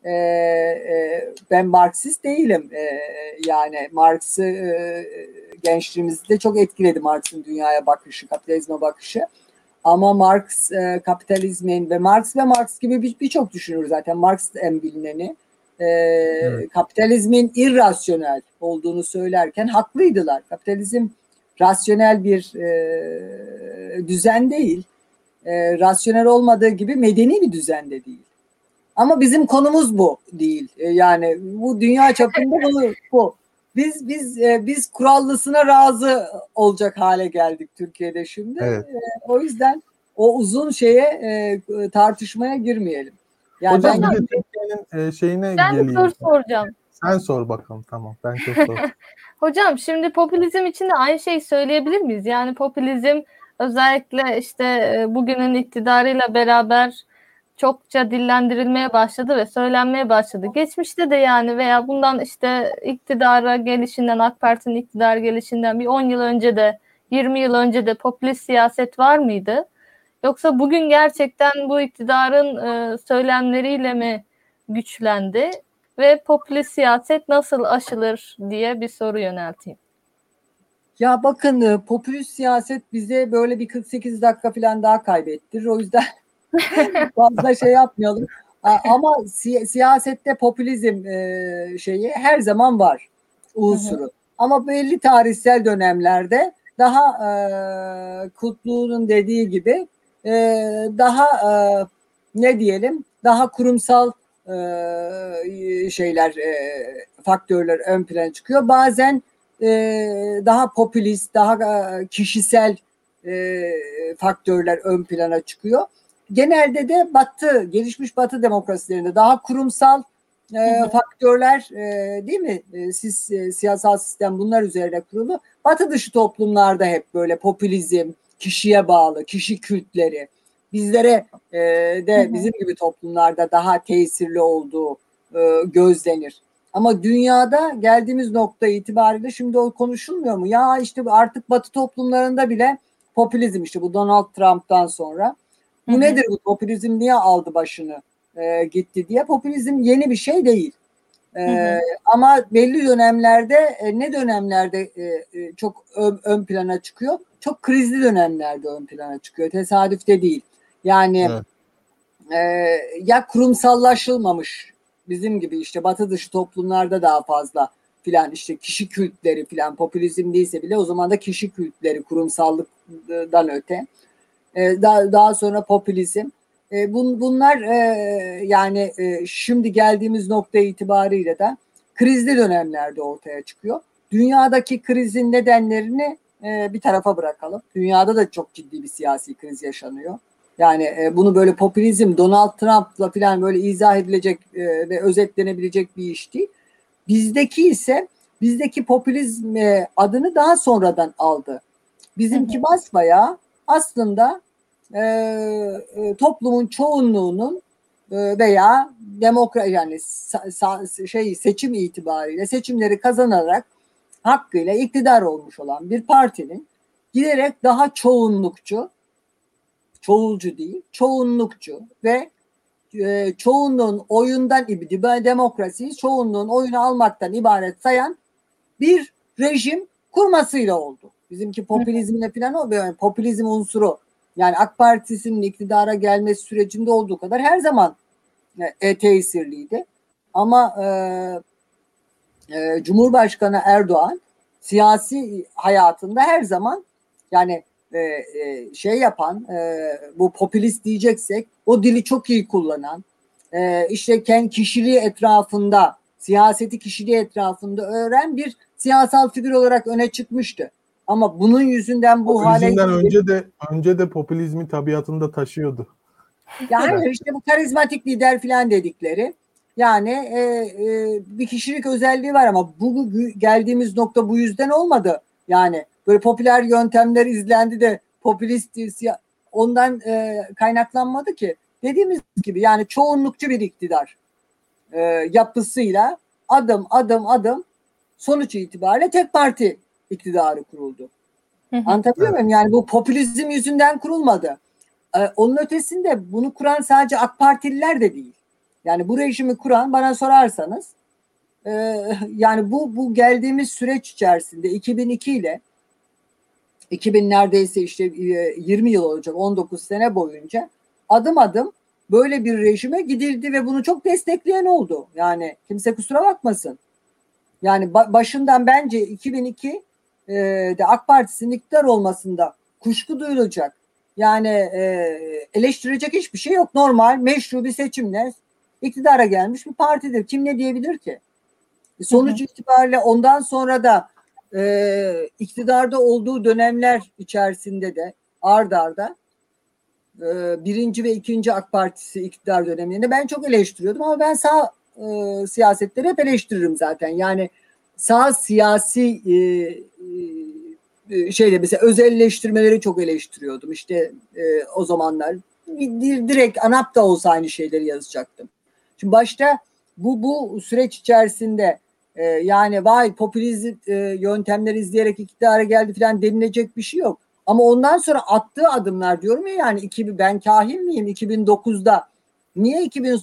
Ben Marksist değilim. Yani Marx'ı gençliğimizde çok etkiledi, Marx'ın dünyaya bakışı, kapitalizme bakışı. Ama Marx kapitalizmin ve Marx gibi birçok düşünür zaten. Marx en bilineni. Kapitalizmin irrasyonel olduğunu söylerken haklıydılar. Kapitalizm rasyonel bir düzen değil. Rasyonel olmadığı gibi medeni bir düzen de değil. Ama bizim konumuz bu değil. Yani bu dünya çapında bu. biz kurallısına razı olacak hale geldik Türkiye'de şimdi. Evet. O yüzden o uzun tartışmaya girmeyelim. Yani Hocam ben- bir de Türkiye'nin şeyine Ben bir geleyim. soru soracağım. Sen sor bakalım, tamam. Ben çok sor. Hocam şimdi popülizm için de aynı şeyi söyleyebilir miyiz? Yani popülizm özellikle işte bugünün iktidarıyla beraber çokça dillendirilmeye başladı ve söylenmeye başladı. Geçmişte de yani veya bundan işte iktidara gelişinden, AK Parti'nin iktidar gelişinden bir 10 yıl önce de 20 yıl önce de popülist siyaset var mıydı? Yoksa bugün gerçekten bu iktidarın söylemleriyle mi güçlendi? Ve popülist siyaset nasıl aşılır diye bir soru yönelteyim. Ya bakın, popülist siyaset bize böyle bir 48 dakika falan daha kaybettirir. O yüzden fazla şey yapmayalım. Ama siyasette popülizm şeyi her zaman var unsuru. Ama belli tarihsel dönemlerde daha Kutlu'nun dediği gibi daha ne diyelim, daha kurumsal faktörler ön plana çıkıyor. Bazen daha popülist, daha kişisel faktörler ön plana çıkıyor. Genelde de gelişmiş Batı demokrasilerinde daha kurumsal faktörler, değil mi? Siyasal sistem bunlar üzerine kurulu. Batı dışı toplumlarda hep böyle popülizm, kişiye bağlı, kişi kültleri. Bizlere de bizim gibi toplumlarda daha tesirli olduğu gözlenir. Ama dünyada geldiğimiz nokta itibariyle şimdi o konuşulmuyor mu? Ya işte artık Batı toplumlarında bile popülizm, işte bu Donald Trump'tan sonra. Bu nedir bu popülizm, niye aldı başını gitti diye. Popülizm yeni bir şey değil. Ama belli dönemlerde ne dönemlerde çok ön plana çıkıyor? Çok krizli dönemlerde ön plana çıkıyor. Tesadüfte değil. Yani ya kurumsallaşılmamış, bizim gibi işte Batı dışı toplumlarda daha fazla filan, işte kişi kültleri filan, popülizm değilse bile o zaman da kişi kültleri, kurumsallıktan öte. Daha sonra popülizm. Bunlar yani şimdi geldiğimiz nokta itibariyle de krizli dönemlerde ortaya çıkıyor. Dünyadaki krizin nedenlerini bir tarafa bırakalım. Dünyada da çok ciddi bir siyasi kriz yaşanıyor. Yani bunu böyle popülizm, Donald Trump'la falan böyle izah edilecek ve özetlenebilecek bir iş değil. Bizdeki popülizm adını daha sonradan aldı. Bizimki basbayağı aslında toplumun çoğunluğunun veya yani seçim itibariyle seçimleri kazanarak hakkıyla iktidar olmuş olan bir partinin giderek daha çoğulcu değil, çoğunlukçu ve çoğunluğun oyundan demokrasiyi çoğunluğun oyunu almaktan ibaret sayan bir rejim kurmasıyla oldu. Bizimki popülizmle falan o, yani popülizm unsuru, yani AK Partisi'nin iktidara gelmesi sürecinde olduğu kadar her zaman tesirliydi. Ama Cumhurbaşkanı Erdoğan siyasi hayatında her zaman yani bu popülist diyeceksek o dili çok iyi kullanan, işte kendi siyaseti kişiliği etrafında öğren bir siyasal figür olarak öne çıkmıştı. Ama bunun yüzünden bu popülizmden önce de popülizmi tabiatında taşıyordu. Yani işte bu karizmatik lider falan dedikleri, yani bir kişilik özelliği var ama bu geldiğimiz nokta bu yüzden olmadı. Yani böyle popüler yöntemler izlendi de popülist ondan kaynaklanmadı ki. Dediğimiz gibi yani çoğunlukçu bir iktidar yapısıyla adım sonuç itibariyle tek parti iktidarı kuruldu. Anlatabiliyor muyum? Yani bu popülizm yüzünden kurulmadı. Onun ötesinde bunu kuran sadece AK Partililer de değil. Yani bu rejimi kuran, bana sorarsanız yani bu geldiğimiz süreç içerisinde 2002 ile 2000 neredeyse işte 20 yıl olacak, 19 sene boyunca adım adım böyle bir rejime gidildi ve bunu çok destekleyen oldu. Yani kimse kusura bakmasın. Yani başından bence 2002 de AK Partisi'nin iktidar olmasında kuşku duyulacak. Yani eleştirecek hiçbir şey yok. Normal, meşru bir seçimle iktidara gelmiş bir partidir. Kim ne diyebilir ki? Sonuç itibariyle ondan sonra da iktidarda olduğu dönemler içerisinde de ard arda birinci ve ikinci AK Partisi iktidar döneminde ben çok eleştiriyordum ama ben sağ siyasetleri hep eleştiririm zaten. Yani sağ siyasi şeyde mesela özelleştirmeleri çok eleştiriyordum. İşte o zamanlar direkt ANAP da olsa aynı şeyleri yazacaktım. Şimdi başta bu süreç içerisinde yani vay popülist yöntemler izleyerek iktidara geldi falan denilecek bir şey yok. Ama ondan sonra attığı adımlar diyorum ya yani ben kahin miyim 2009'da niye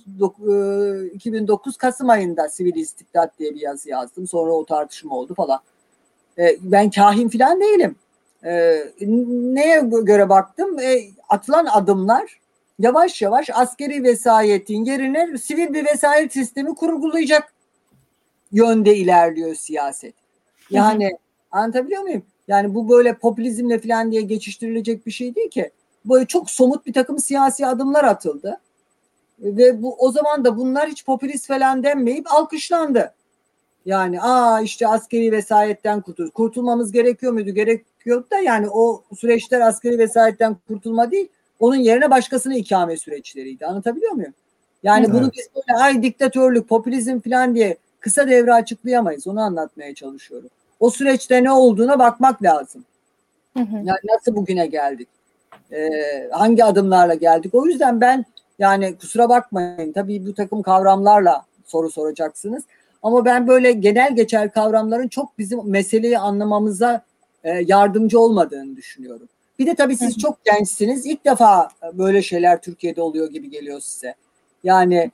2009 Kasım ayında sivil istikdat diye bir yazı yazdım. Sonra o tartışma oldu falan. Ben kahin falan değilim. Neye göre baktım? Atılan adımlar yavaş yavaş askeri vesayetin yerine sivil bir vesayet sistemi kurgulayacak yönde ilerliyor siyaset. Yani anlatabiliyor muyum? Yani bu böyle popülizmle falan diye geçiştirilecek bir şey değil ki. Böyle çok somut bir takım siyasi adımlar atıldı. Ve o zaman da bunlar hiç popülist falan denmeyip alkışlandı. Yani işte askeri vesayetten kurtulmamız gerekiyor muydu? Gerekiyordu da yani o süreçler askeri vesayetten kurtulma değil, onun yerine başkasına ikame süreçleriydi. Anlatabiliyor muyum? Yani bunu biz böyle diktatörlük, popülizm falan diye kısa devre açıklayamayız. Onu anlatmaya çalışıyorum. O süreçte ne olduğuna bakmak lazım. Yani nasıl bugüne geldik? Hangi adımlarla geldik? O yüzden ben yani kusura bakmayın tabii bu takım kavramlarla soru soracaksınız. Ama ben böyle genel geçer kavramların çok bizim meseleyi anlamamıza yardımcı olmadığını düşünüyorum. Bir de tabii siz çok gençsiniz. İlk defa böyle şeyler Türkiye'de oluyor gibi geliyor size. Yani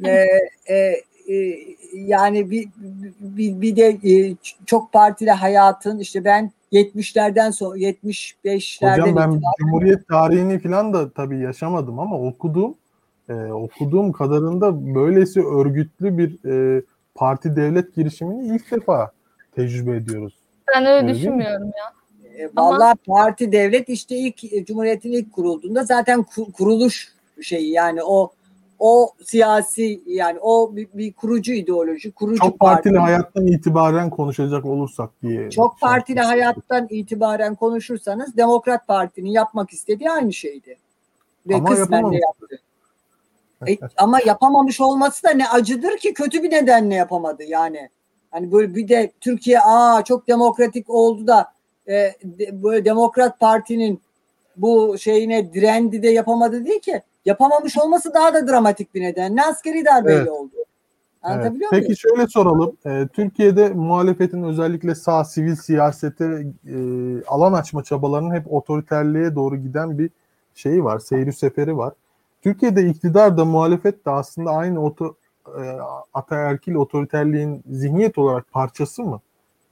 yani bir de çok partili hayatın işte ben 70'lerden sonra 75'lerden Hocam ben Cumhuriyet tarihini falan da tabii yaşamadım ama okuduğum kadarında böylesi örgütlü bir parti devlet girişimini ilk defa tecrübe ediyoruz. Ben öyle düşünmüyorum ya. Vallahi parti devlet işte Cumhuriyet'in ilk kurulduğunda zaten kuruluş şeyi yani o siyasi yani o bir kurucu ideoloji, kurucu çok partili hayattan itibaren konuşacak olursak diye. Çok partili hayattan itibaren konuşursanız Demokrat Parti'nin yapmak istediği aynı şeydi. Ve ama kısmen de yaptı. Ama yapamamış olması da ne acıdır ki kötü bir nedenle yapamadı yani. Hani böyle bir de Türkiye çok demokratik oldu da böyle Demokrat Parti'nin bu şeyine direndi de yapamadı değil ki. Yapamamış olması daha da dramatik bir neden. Ne askeri darbeyle oldu. Anlatabiliyor muyum? Peki şöyle soralım. Türkiye'de muhalefetin özellikle sağ sivil siyasete alan açma çabalarının hep otoriterliğe doğru giden bir şeyi var. Seyri seferi var. Türkiye'de iktidar da muhalefet de aslında aynı ataerkil otoriterliğin zihniyet olarak parçası mı?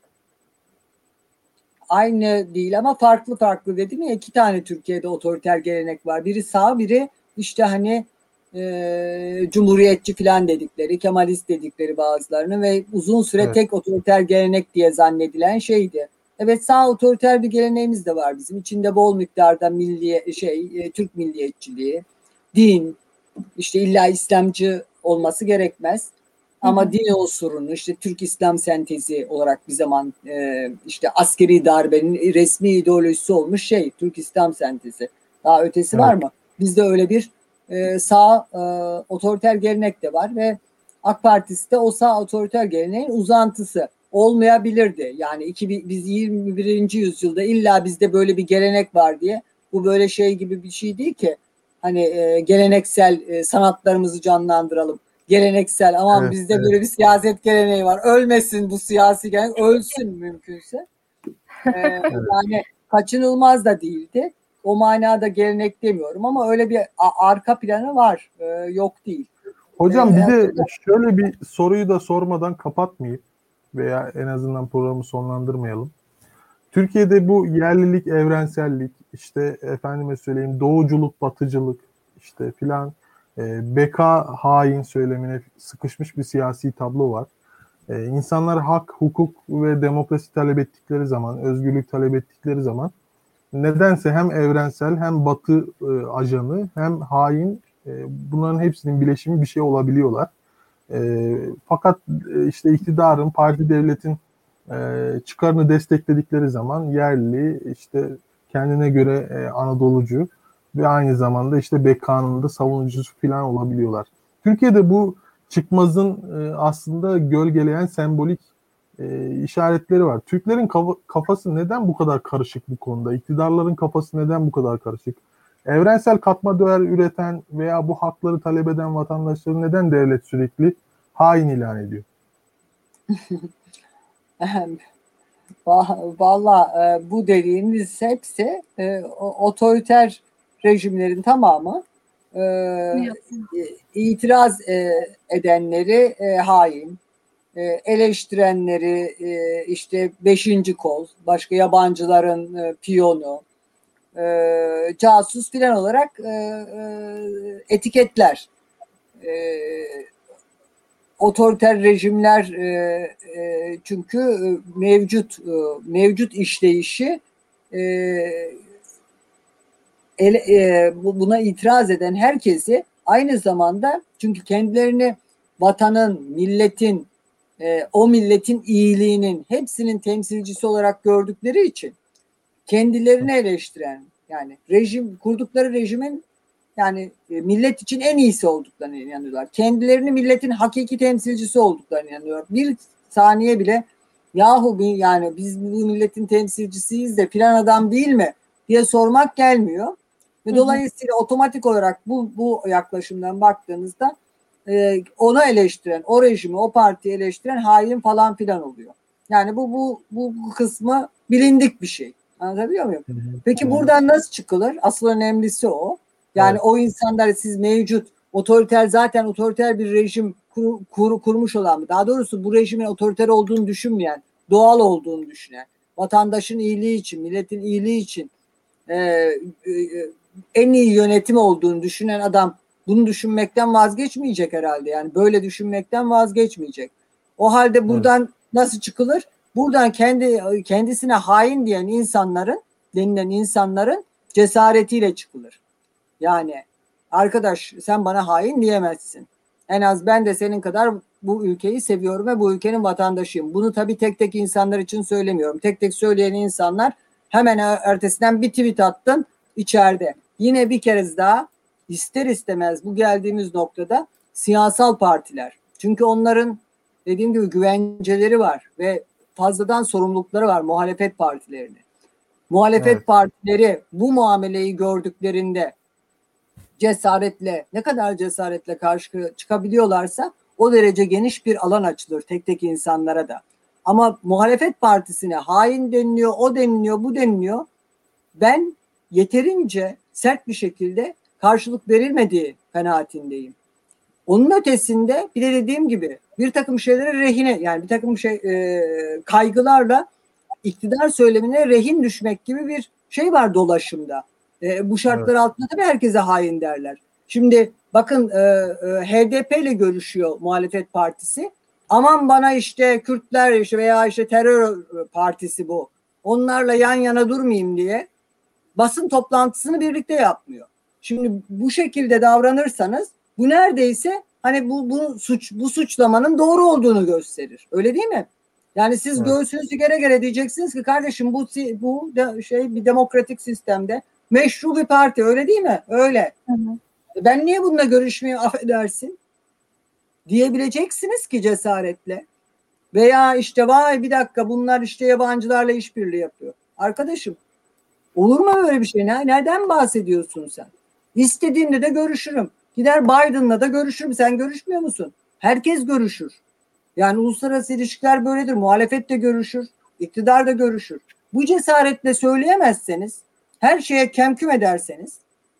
Aynı değil ama farklı dedim ya 2 tane Türkiye'de otoriter gelenek var. Biri sağ biri işte hani cumhuriyetçi falan dedikleri, Kemalist dedikleri bazılarını ve uzun süre tek otoriter gelenek diye zannedilen şeydi. Evet sağ otoriter bir geleneğimiz de var bizim. İçinde bol miktarda Türk milliyetçiliği, din, işte illa İslamcı olması gerekmez. Ama din unsurunu işte Türk İslam sentezi olarak bir zaman işte askeri darbenin resmi ideolojisi olmuş Türk İslam sentezi. Daha ötesi var mı? Bizde öyle bir sağ otoriter gelenek de var ve AK Partisi de o sağ otoriter geleneğin uzantısı olmayabilirdi. Yani biz 21. yüzyılda illa bizde böyle bir gelenek var diye bu böyle şey gibi bir şey değil ki. Hani geleneksel sanatlarımızı canlandıralım. Geleneksel bizde böyle bir siyaset geleneği var. Ölmesin bu siyasi gelenek, ölsün mümkünse. Yani kaçınılmaz da değildi. O manada gelenek demiyorum ama öyle bir arka planı var. Yok değil. Hocam bir de şöyle bir soruyu da sormadan kapatmayıp veya en azından programı sonlandırmayalım. Türkiye'de bu yerlilik, evrensellik, işte efendime söyleyeyim doğuculuk, batıcılık işte filan beka hain söylemine sıkışmış bir siyasi tablo var. İnsanlar hak, hukuk ve demokrasi talep ettikleri zaman, özgürlük talep ettikleri zaman nedense hem evrensel hem batı ajanı hem hain bunların hepsinin bileşimi bir şey olabiliyorlar. Fakat işte iktidarın, parti devletin çıkarını destekledikleri zaman yerli, işte kendine göre Anadolucu ve aynı zamanda işte Bekka'nın da savunucusu falan olabiliyorlar. Türkiye'de bu çıkmazın aslında gölgeleyen sembolik işaretleri var. Türklerin kafası neden bu kadar karışık bu konuda? İktidarların kafası neden bu kadar karışık? Evrensel katma değer üreten veya bu hakları talep eden vatandaşları neden devlet sürekli hain ilan ediyor? Valla bu dediğiniz hepsi otoriter rejimlerin tamamı itiraz edenleri hain, eleştirenleri işte beşinci kol, başka yabancıların piyonu, casus filan olarak etiketler. Otoriter rejimler çünkü mevcut işleyişi buna itiraz eden herkesi aynı zamanda, çünkü kendilerini vatanın, milletin, o milletin iyiliğinin hepsinin temsilcisi olarak gördükleri için kendilerini eleştiren, yani kurdukları rejimin yani millet için en iyisi olduklarına inanıyorlar. Kendilerini milletin hakiki temsilcisi olduklarına inanıyorlar. Bir saniye bile yahu yani biz bu milletin temsilcisiyiz de filan adam değil mi diye sormak gelmiyor. Ve dolayısıyla otomatik olarak bu yaklaşımdan baktığınızda onu eleştiren, o rejimi, o partiyi eleştiren hain falan filan oluyor. Yani bu kısmı bilindik bir şey. Anlatabiliyor muyum? Peki buradan nasıl çıkılır? Asıl önemlisi o. Yani o insanlar, siz mevcut zaten otoriter bir rejim kurmuş olan mı? Daha doğrusu bu rejimin otoriter olduğunu düşünmeyen, doğal olduğunu düşünen, vatandaşın iyiliği için, milletin iyiliği için en iyi yönetim olduğunu düşünen adam bunu düşünmekten vazgeçmeyecek herhalde. Yani böyle düşünmekten vazgeçmeyecek. O halde buradan nasıl çıkılır? Buradan kendisine hain denilen insanların cesaretiyle çıkılır. Yani arkadaş, sen bana hain diyemezsin. En az ben de senin kadar bu ülkeyi seviyorum ve bu ülkenin vatandaşıyım. Bunu tabii tek tek insanlar için söylemiyorum. Tek tek söyleyen insanlar hemen ertesinden bir tweet attın içeride. Yine bir kez daha ister istemez bu geldiğimiz noktada siyasal partiler. Çünkü onların dediğim gibi güvenceleri var ve fazladan sorumlulukları var muhalefet partilerine. Muhalefet partileri bu muameleyi gördüklerinde ne kadar cesaretle karşı çıkabiliyorlarsa o derece geniş bir alan açılır tek tek insanlara da. Ama muhalefet partisine hain deniliyor, o deniliyor, bu deniliyor. Ben yeterince sert bir şekilde karşılık verilmediği kanaatindeyim. Onun ötesinde bir de dediğim gibi bir takım şeylere rehine, yani bir takım kaygılarla iktidar söylemine rehin düşmek gibi bir şey var dolaşımda. Bu şartlar altında tabii herkese hain derler. Şimdi bakın HDP ile görüşüyor muhalefet partisi. Aman bana işte Kürtler veya işte terör partisi bu. Onlarla yan yana durmayayım diye basın toplantısını birlikte yapmıyor. Şimdi bu şekilde davranırsanız bu neredeyse hani bu suçlamanın doğru olduğunu gösterir. Öyle değil mi? Yani siz göğsünüzü gere gere diyeceksiniz ki kardeşim bu bir demokratik sistemde meşru bir parti, öyle değil mi? Öyle. Ben niye bununla görüşmeyeyim affedersin diyebileceksiniz ki cesaretle. Veya işte vay bir dakika bunlar işte yabancılarla işbirliği yapıyor. Arkadaşım olur mu öyle bir şey? Nereden bahsediyorsun sen? İstediğimde de görüşürüm. Gider Biden'la da görüşürüm. Sen görüşmüyor musun? Herkes görüşür. Yani uluslararası ilişkiler böyledir. Muhalefet de görüşür. İktidar da görüşür. Bu cesaretle söyleyemezseniz, her şeye kemküm ederseniz,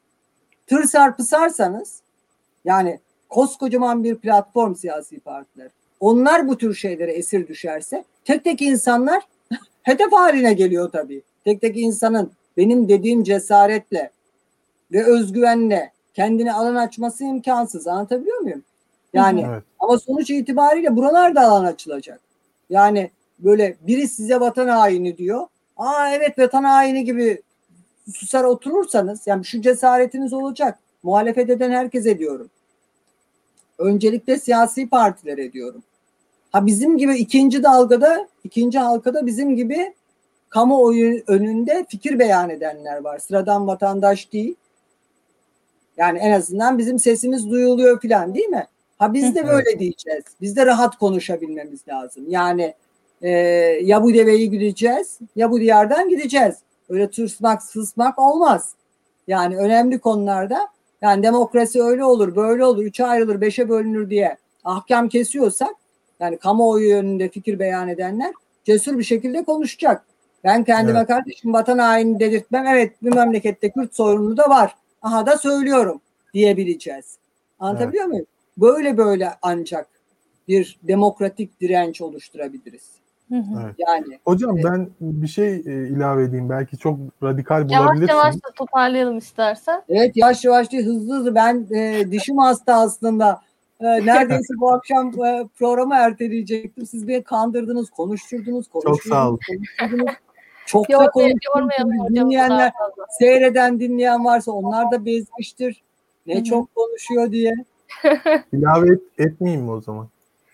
tırsar pısarsanız, yani koskocaman bir platform siyasi partiler, onlar bu tür şeylere esir düşerse tek tek insanlar hedef haline geliyor tabii. Tek tek insanın benim dediğim cesaretle ve özgüvenle kendine alan açması imkansız. Anlatabiliyor muyum? Yani ama sonuç itibariyle buralarda alan açılacak. Yani böyle biri size vatan haini diyor. Evet vatan haini gibi susar oturursanız, yani şu cesaretiniz olacak. Muhalefet eden herkese diyorum. Öncelikle siyasi partilere diyorum. Ha bizim gibi ikinci halkada bizim gibi kamuoyu önünde fikir beyan edenler var. Sıradan vatandaş değil. Yani en azından bizim sesimiz duyuluyor falan, değil mi? Ha biz de böyle diyeceğiz. Biz de rahat konuşabilmemiz lazım. Yani ya bu deveyi gideceğiz ya bu diyardan gideceğiz. Öyle tırsmak sısmak olmaz. Yani önemli konularda, yani demokrasi öyle olur böyle olur, 3'e ayrılır 5'e bölünür diye ahkam kesiyorsak, yani kamuoyu önünde fikir beyan edenler cesur bir şekilde konuşacak. Ben kendime kardeşim vatan haini dedirtmem. Evet, bir memlekette Kürt sorunu da var. Aha da söylüyorum diyebileceğiz. Anlatabiliyor muyum? Böyle ancak bir demokratik direnç oluşturabiliriz. Evet. Yani Hocam ben bir şey ilave edeyim. Belki çok radikal Yavaş bulabilirsiniz. yavaş da toparlayalım istersen. evet, yavaş yavaş değil, hızlı. Ben dişim hasta aslında. Neredeyse bu akşam programı erteleyecektim. Siz beni kandırdınız, konuşturdunuz. Çok sağ olun. Çok da Yormayalım konuşturdunuz. hocamızı Dinleyenler, daha fazla. seyreden dinleyen varsa onlar da bezmiştir. Ne çok konuşuyor diye. İlave etmeyeyim mi o zaman?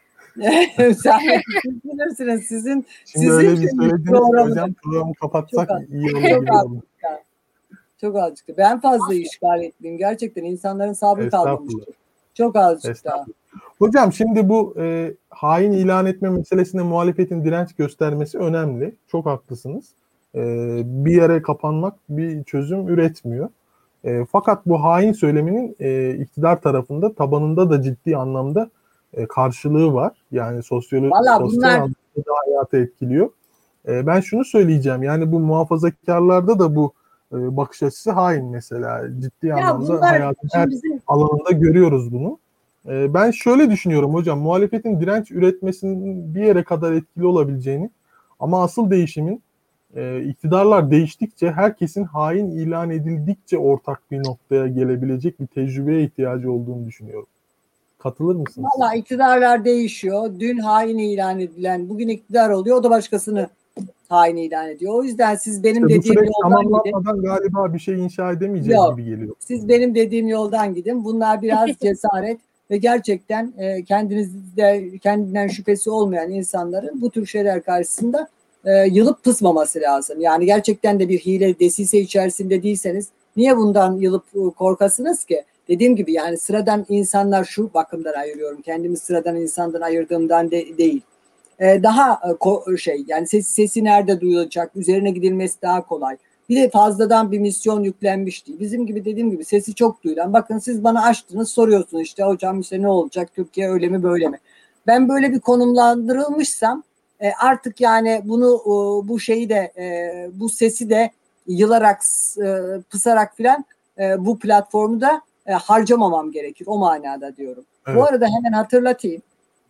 Siz bilirsiniz. Sizin Şimdi öyle bir şeyiniz söylediniz ki programı. hocam, programı kapatsak Çok iyi olur Çok gibi az. oldu. Çok azıcık. Ben fazla işgal etmeyeyim. Gerçekten insanların sabrı kalmamıştır. Çok azıcık daha. Hocam şimdi bu hain ilan etme meselesinde muhalefetin direnç göstermesi önemli. Çok haklısınız. Bir yere kapanmak bir çözüm üretmiyor. Fakat bu hain söyleminin iktidar tarafında, tabanında da ciddi anlamda karşılığı var. Yani sosyal anlamda da hayatı etkiliyor. Ben şunu söyleyeceğim. Yani bu muhafazakarlarda da bu bakış açısı hain mesela. Ciddi anlamda hayatın her alanında görüyoruz bunu. Ben şöyle düşünüyorum hocam. Muhalefetin direnç üretmesinin bir yere kadar etkili olabileceğini, ama asıl değişimin iktidarlar değiştikçe, herkesin hain ilan edildikçe ortak bir noktaya gelebilecek bir tecrübeye ihtiyacı olduğunu düşünüyorum. Katılır mısınız? Valla iktidarlar değişiyor. Dün hain ilan edilen bugün iktidar oluyor. O da başkasını hain ilan ediyor. O yüzden siz benim dediğim yoldan gidin. Tamamlanmadan galiba bir şey inşa edemeyeceğiz gibi geliyor. Siz benim dediğim yoldan gidin. Bunlar biraz cesaret ve gerçekten kendinden şüphesi olmayan insanların bu tür şeyler karşısında yılıp pısmaması lazım. Yani gerçekten de bir hile, desise içerisinde değilseniz niye bundan yılıp korkasınız ki? Dediğim gibi yani sıradan insanlar, şu bakımdan ayırıyorum. Kendimi sıradan insandan ayırdığımdan değil. Daha yani sesi nerede duyulacak, üzerine gidilmesi daha kolay. Bir de fazladan bir misyon yüklenmiş değil. Bizim gibi, dediğim gibi, sesi çok duyulan. Bakın siz bana açtınız, soruyorsunuz işte hocam işte ne olacak, Türkiye öyle mi böyle mi? Ben böyle bir konumlandırılmışsam artık yani bunu bu şeyi de bu sesi de yılarak pısarak filan bu platformu da harcamamam gerekir. O manada diyorum. Evet. Bu arada hemen hatırlatayım.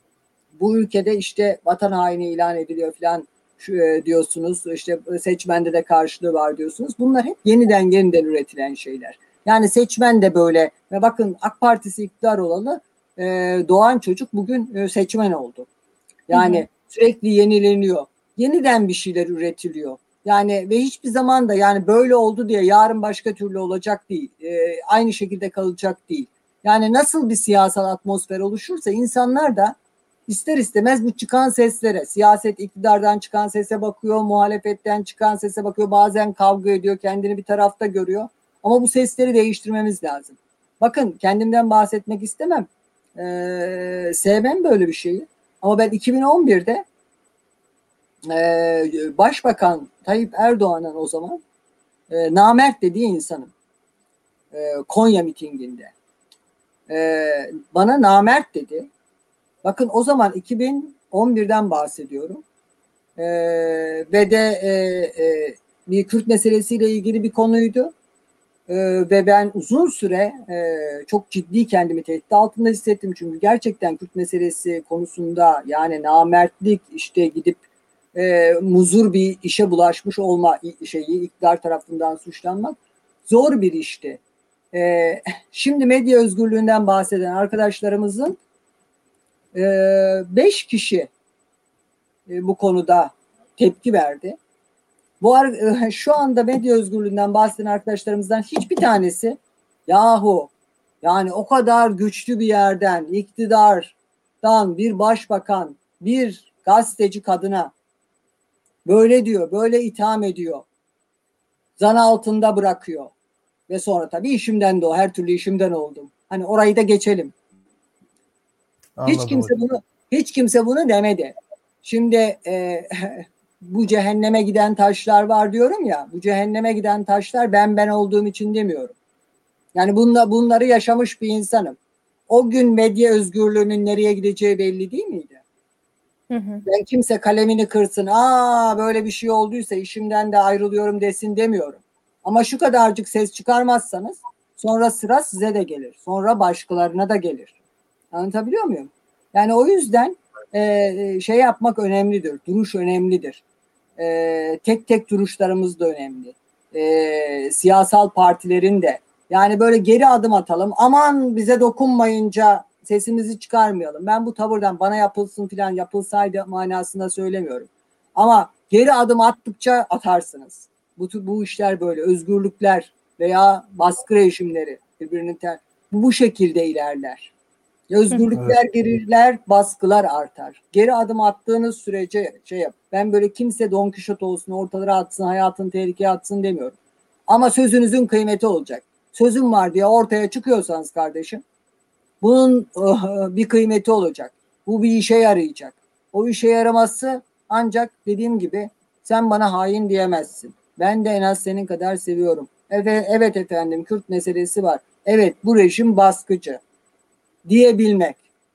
Bu ülkede işte vatan haini ilan ediliyor filan diyorsunuz. İşte seçmende de karşılığı var diyorsunuz. Bunlar hep yeniden üretilen şeyler. Yani seçmen de böyle. Ve bakın AK Partisi iktidar olalı doğan çocuk bugün seçmen oldu. Yani sürekli yenileniyor. Yeniden bir şeyler üretiliyor. Yani ve hiçbir zaman da yani böyle oldu diye yarın başka türlü olacak değil. Aynı şekilde kalacak değil. Yani nasıl bir siyasal atmosfer oluşursa insanlar da İster istemez bu çıkan seslere, siyaset iktidardan çıkan sese bakıyor, muhalefetten çıkan sese bakıyor, bazen kavga ediyor, kendini bir tarafta görüyor. Ama bu sesleri değiştirmemiz lazım. Bakın kendimden bahsetmek istemem. Sevmem böyle bir şeyi. Ama ben 2011'de Başbakan Tayyip Erdoğan'ın o zaman namert dediği insanım. Konya mitinginde. Bana namert dedi. Bakın o zaman 2011'den bahsediyorum. Ve de bir Kürt meselesiyle ilgili bir konuydu. Ve ben uzun süre çok ciddi kendimi tehdit altında hissettim. Çünkü gerçekten Kürt meselesi konusunda yani namertlik, işte gidip muzur bir işe bulaşmış olma şeyi, iktidar tarafından suçlanmak zor bir işti. Şimdi medya özgürlüğünden bahseden arkadaşlarımızın 5 kişi bu konuda tepki verdi. Şu anda medya özgürlüğünden bahseden arkadaşlarımızdan hiçbir tanesi yahu Yani o kadar güçlü bir yerden, iktidardan bir başbakan, bir gazeteci kadına böyle diyor, böyle itham ediyor. Zan altında bırakıyor. Ve sonra tabii işimden de o. Her türlü işimden oldum. Hani orayı da geçelim. Anladım hocam. Hiç kimse bunu demedi. Şimdi bu cehenneme giden taşlar var diyorum ya. Bu cehenneme giden taşlar ben olduğum için demiyorum. Yani bunları yaşamış bir insanım. O gün medya özgürlüğünün nereye gideceği belli değil miydi? Ben kimse kalemini kırsın, böyle bir şey olduysa işimden de ayrılıyorum desin demiyorum. Ama şu kadarcık ses çıkarmazsanız sonra sıra size de gelir. Sonra başkalarına da gelir. Anlatabiliyor muyum? Yani o yüzden şey yapmak önemlidir. Duruş önemlidir. Tek tek duruşlarımız da önemli. Siyasal partilerin de. Yani böyle geri adım atalım. Aman bize dokunmayınca sesimizi çıkarmayalım. Ben bu tavırdan bana yapılsın filan yapılsaydı manasında söylemiyorum. Ama geri adım attıkça atarsınız. Bu işler böyle. Özgürlükler veya baskı rejimleri birbirinin bu şekilde ilerler. Özgürlükler gelirler, baskılar artar. Geri adım attığınız sürece ben böyle kimse Don Kişot olsun, ortalara atsın, hayatını tehlikeye atsın demiyorum. Ama sözünüzün kıymeti olacak. Sözüm var diye ortaya çıkıyorsanız kardeşim, bunun bir kıymeti olacak. Bu bir işe yarayacak. O işe yaraması ancak dediğim gibi sen bana hain diyemezsin. Ben de en az senin kadar seviyorum. Evet efendim, Kürt meselesi var. Evet, bu rejim baskıcı diyebilmek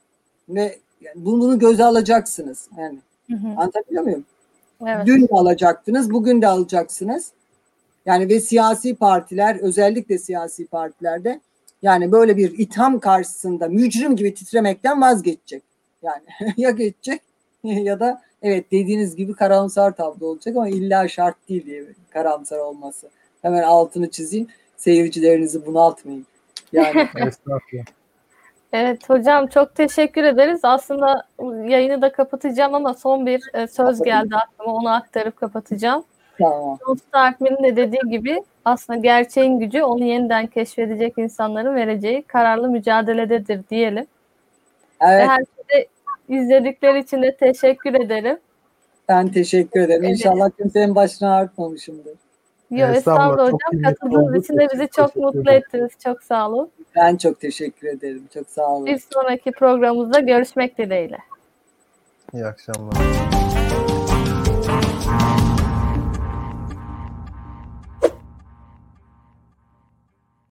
ve bunu göze alacaksınız. Yani anlatabiliyor muyum? Evet. Dün de alacaktınız, bugün de alacaksınız. Yani ve siyasi partiler, özellikle siyasi partilerde yani böyle bir itham karşısında mücrim gibi titremekten vazgeçecek. Yani ya geçecek ya da evet dediğiniz gibi karamsar tablo olacak ama illa şart değil diye karamsar olması. Hemen altını çizeyim. Seyircilerinizi bunaltmayın. Yani Estağfurullah. Evet hocam, çok teşekkür ederiz. Aslında yayını da kapatacağım ama son bir söz geldi aklıma. Onu aktarıp kapatacağım. tamam. John Starkman'ın de dediği gibi aslında gerçeğin gücü onu yeniden keşfedecek insanların vereceği kararlı mücadelededir diyelim. Evet. Ve herkese izledikleri için de teşekkür ederim. Ben teşekkür ederim. İnşallah kimsenin başına ağrıtmamışımdır. Yok estağfurullah hocam. Katıldığınız için de bizi çok mutlu ettiniz. Çok sağ olun. Ben çok teşekkür ederim. Çok sağ olun. Bir sonraki programımızda görüşmek dileğiyle. İyi akşamlar.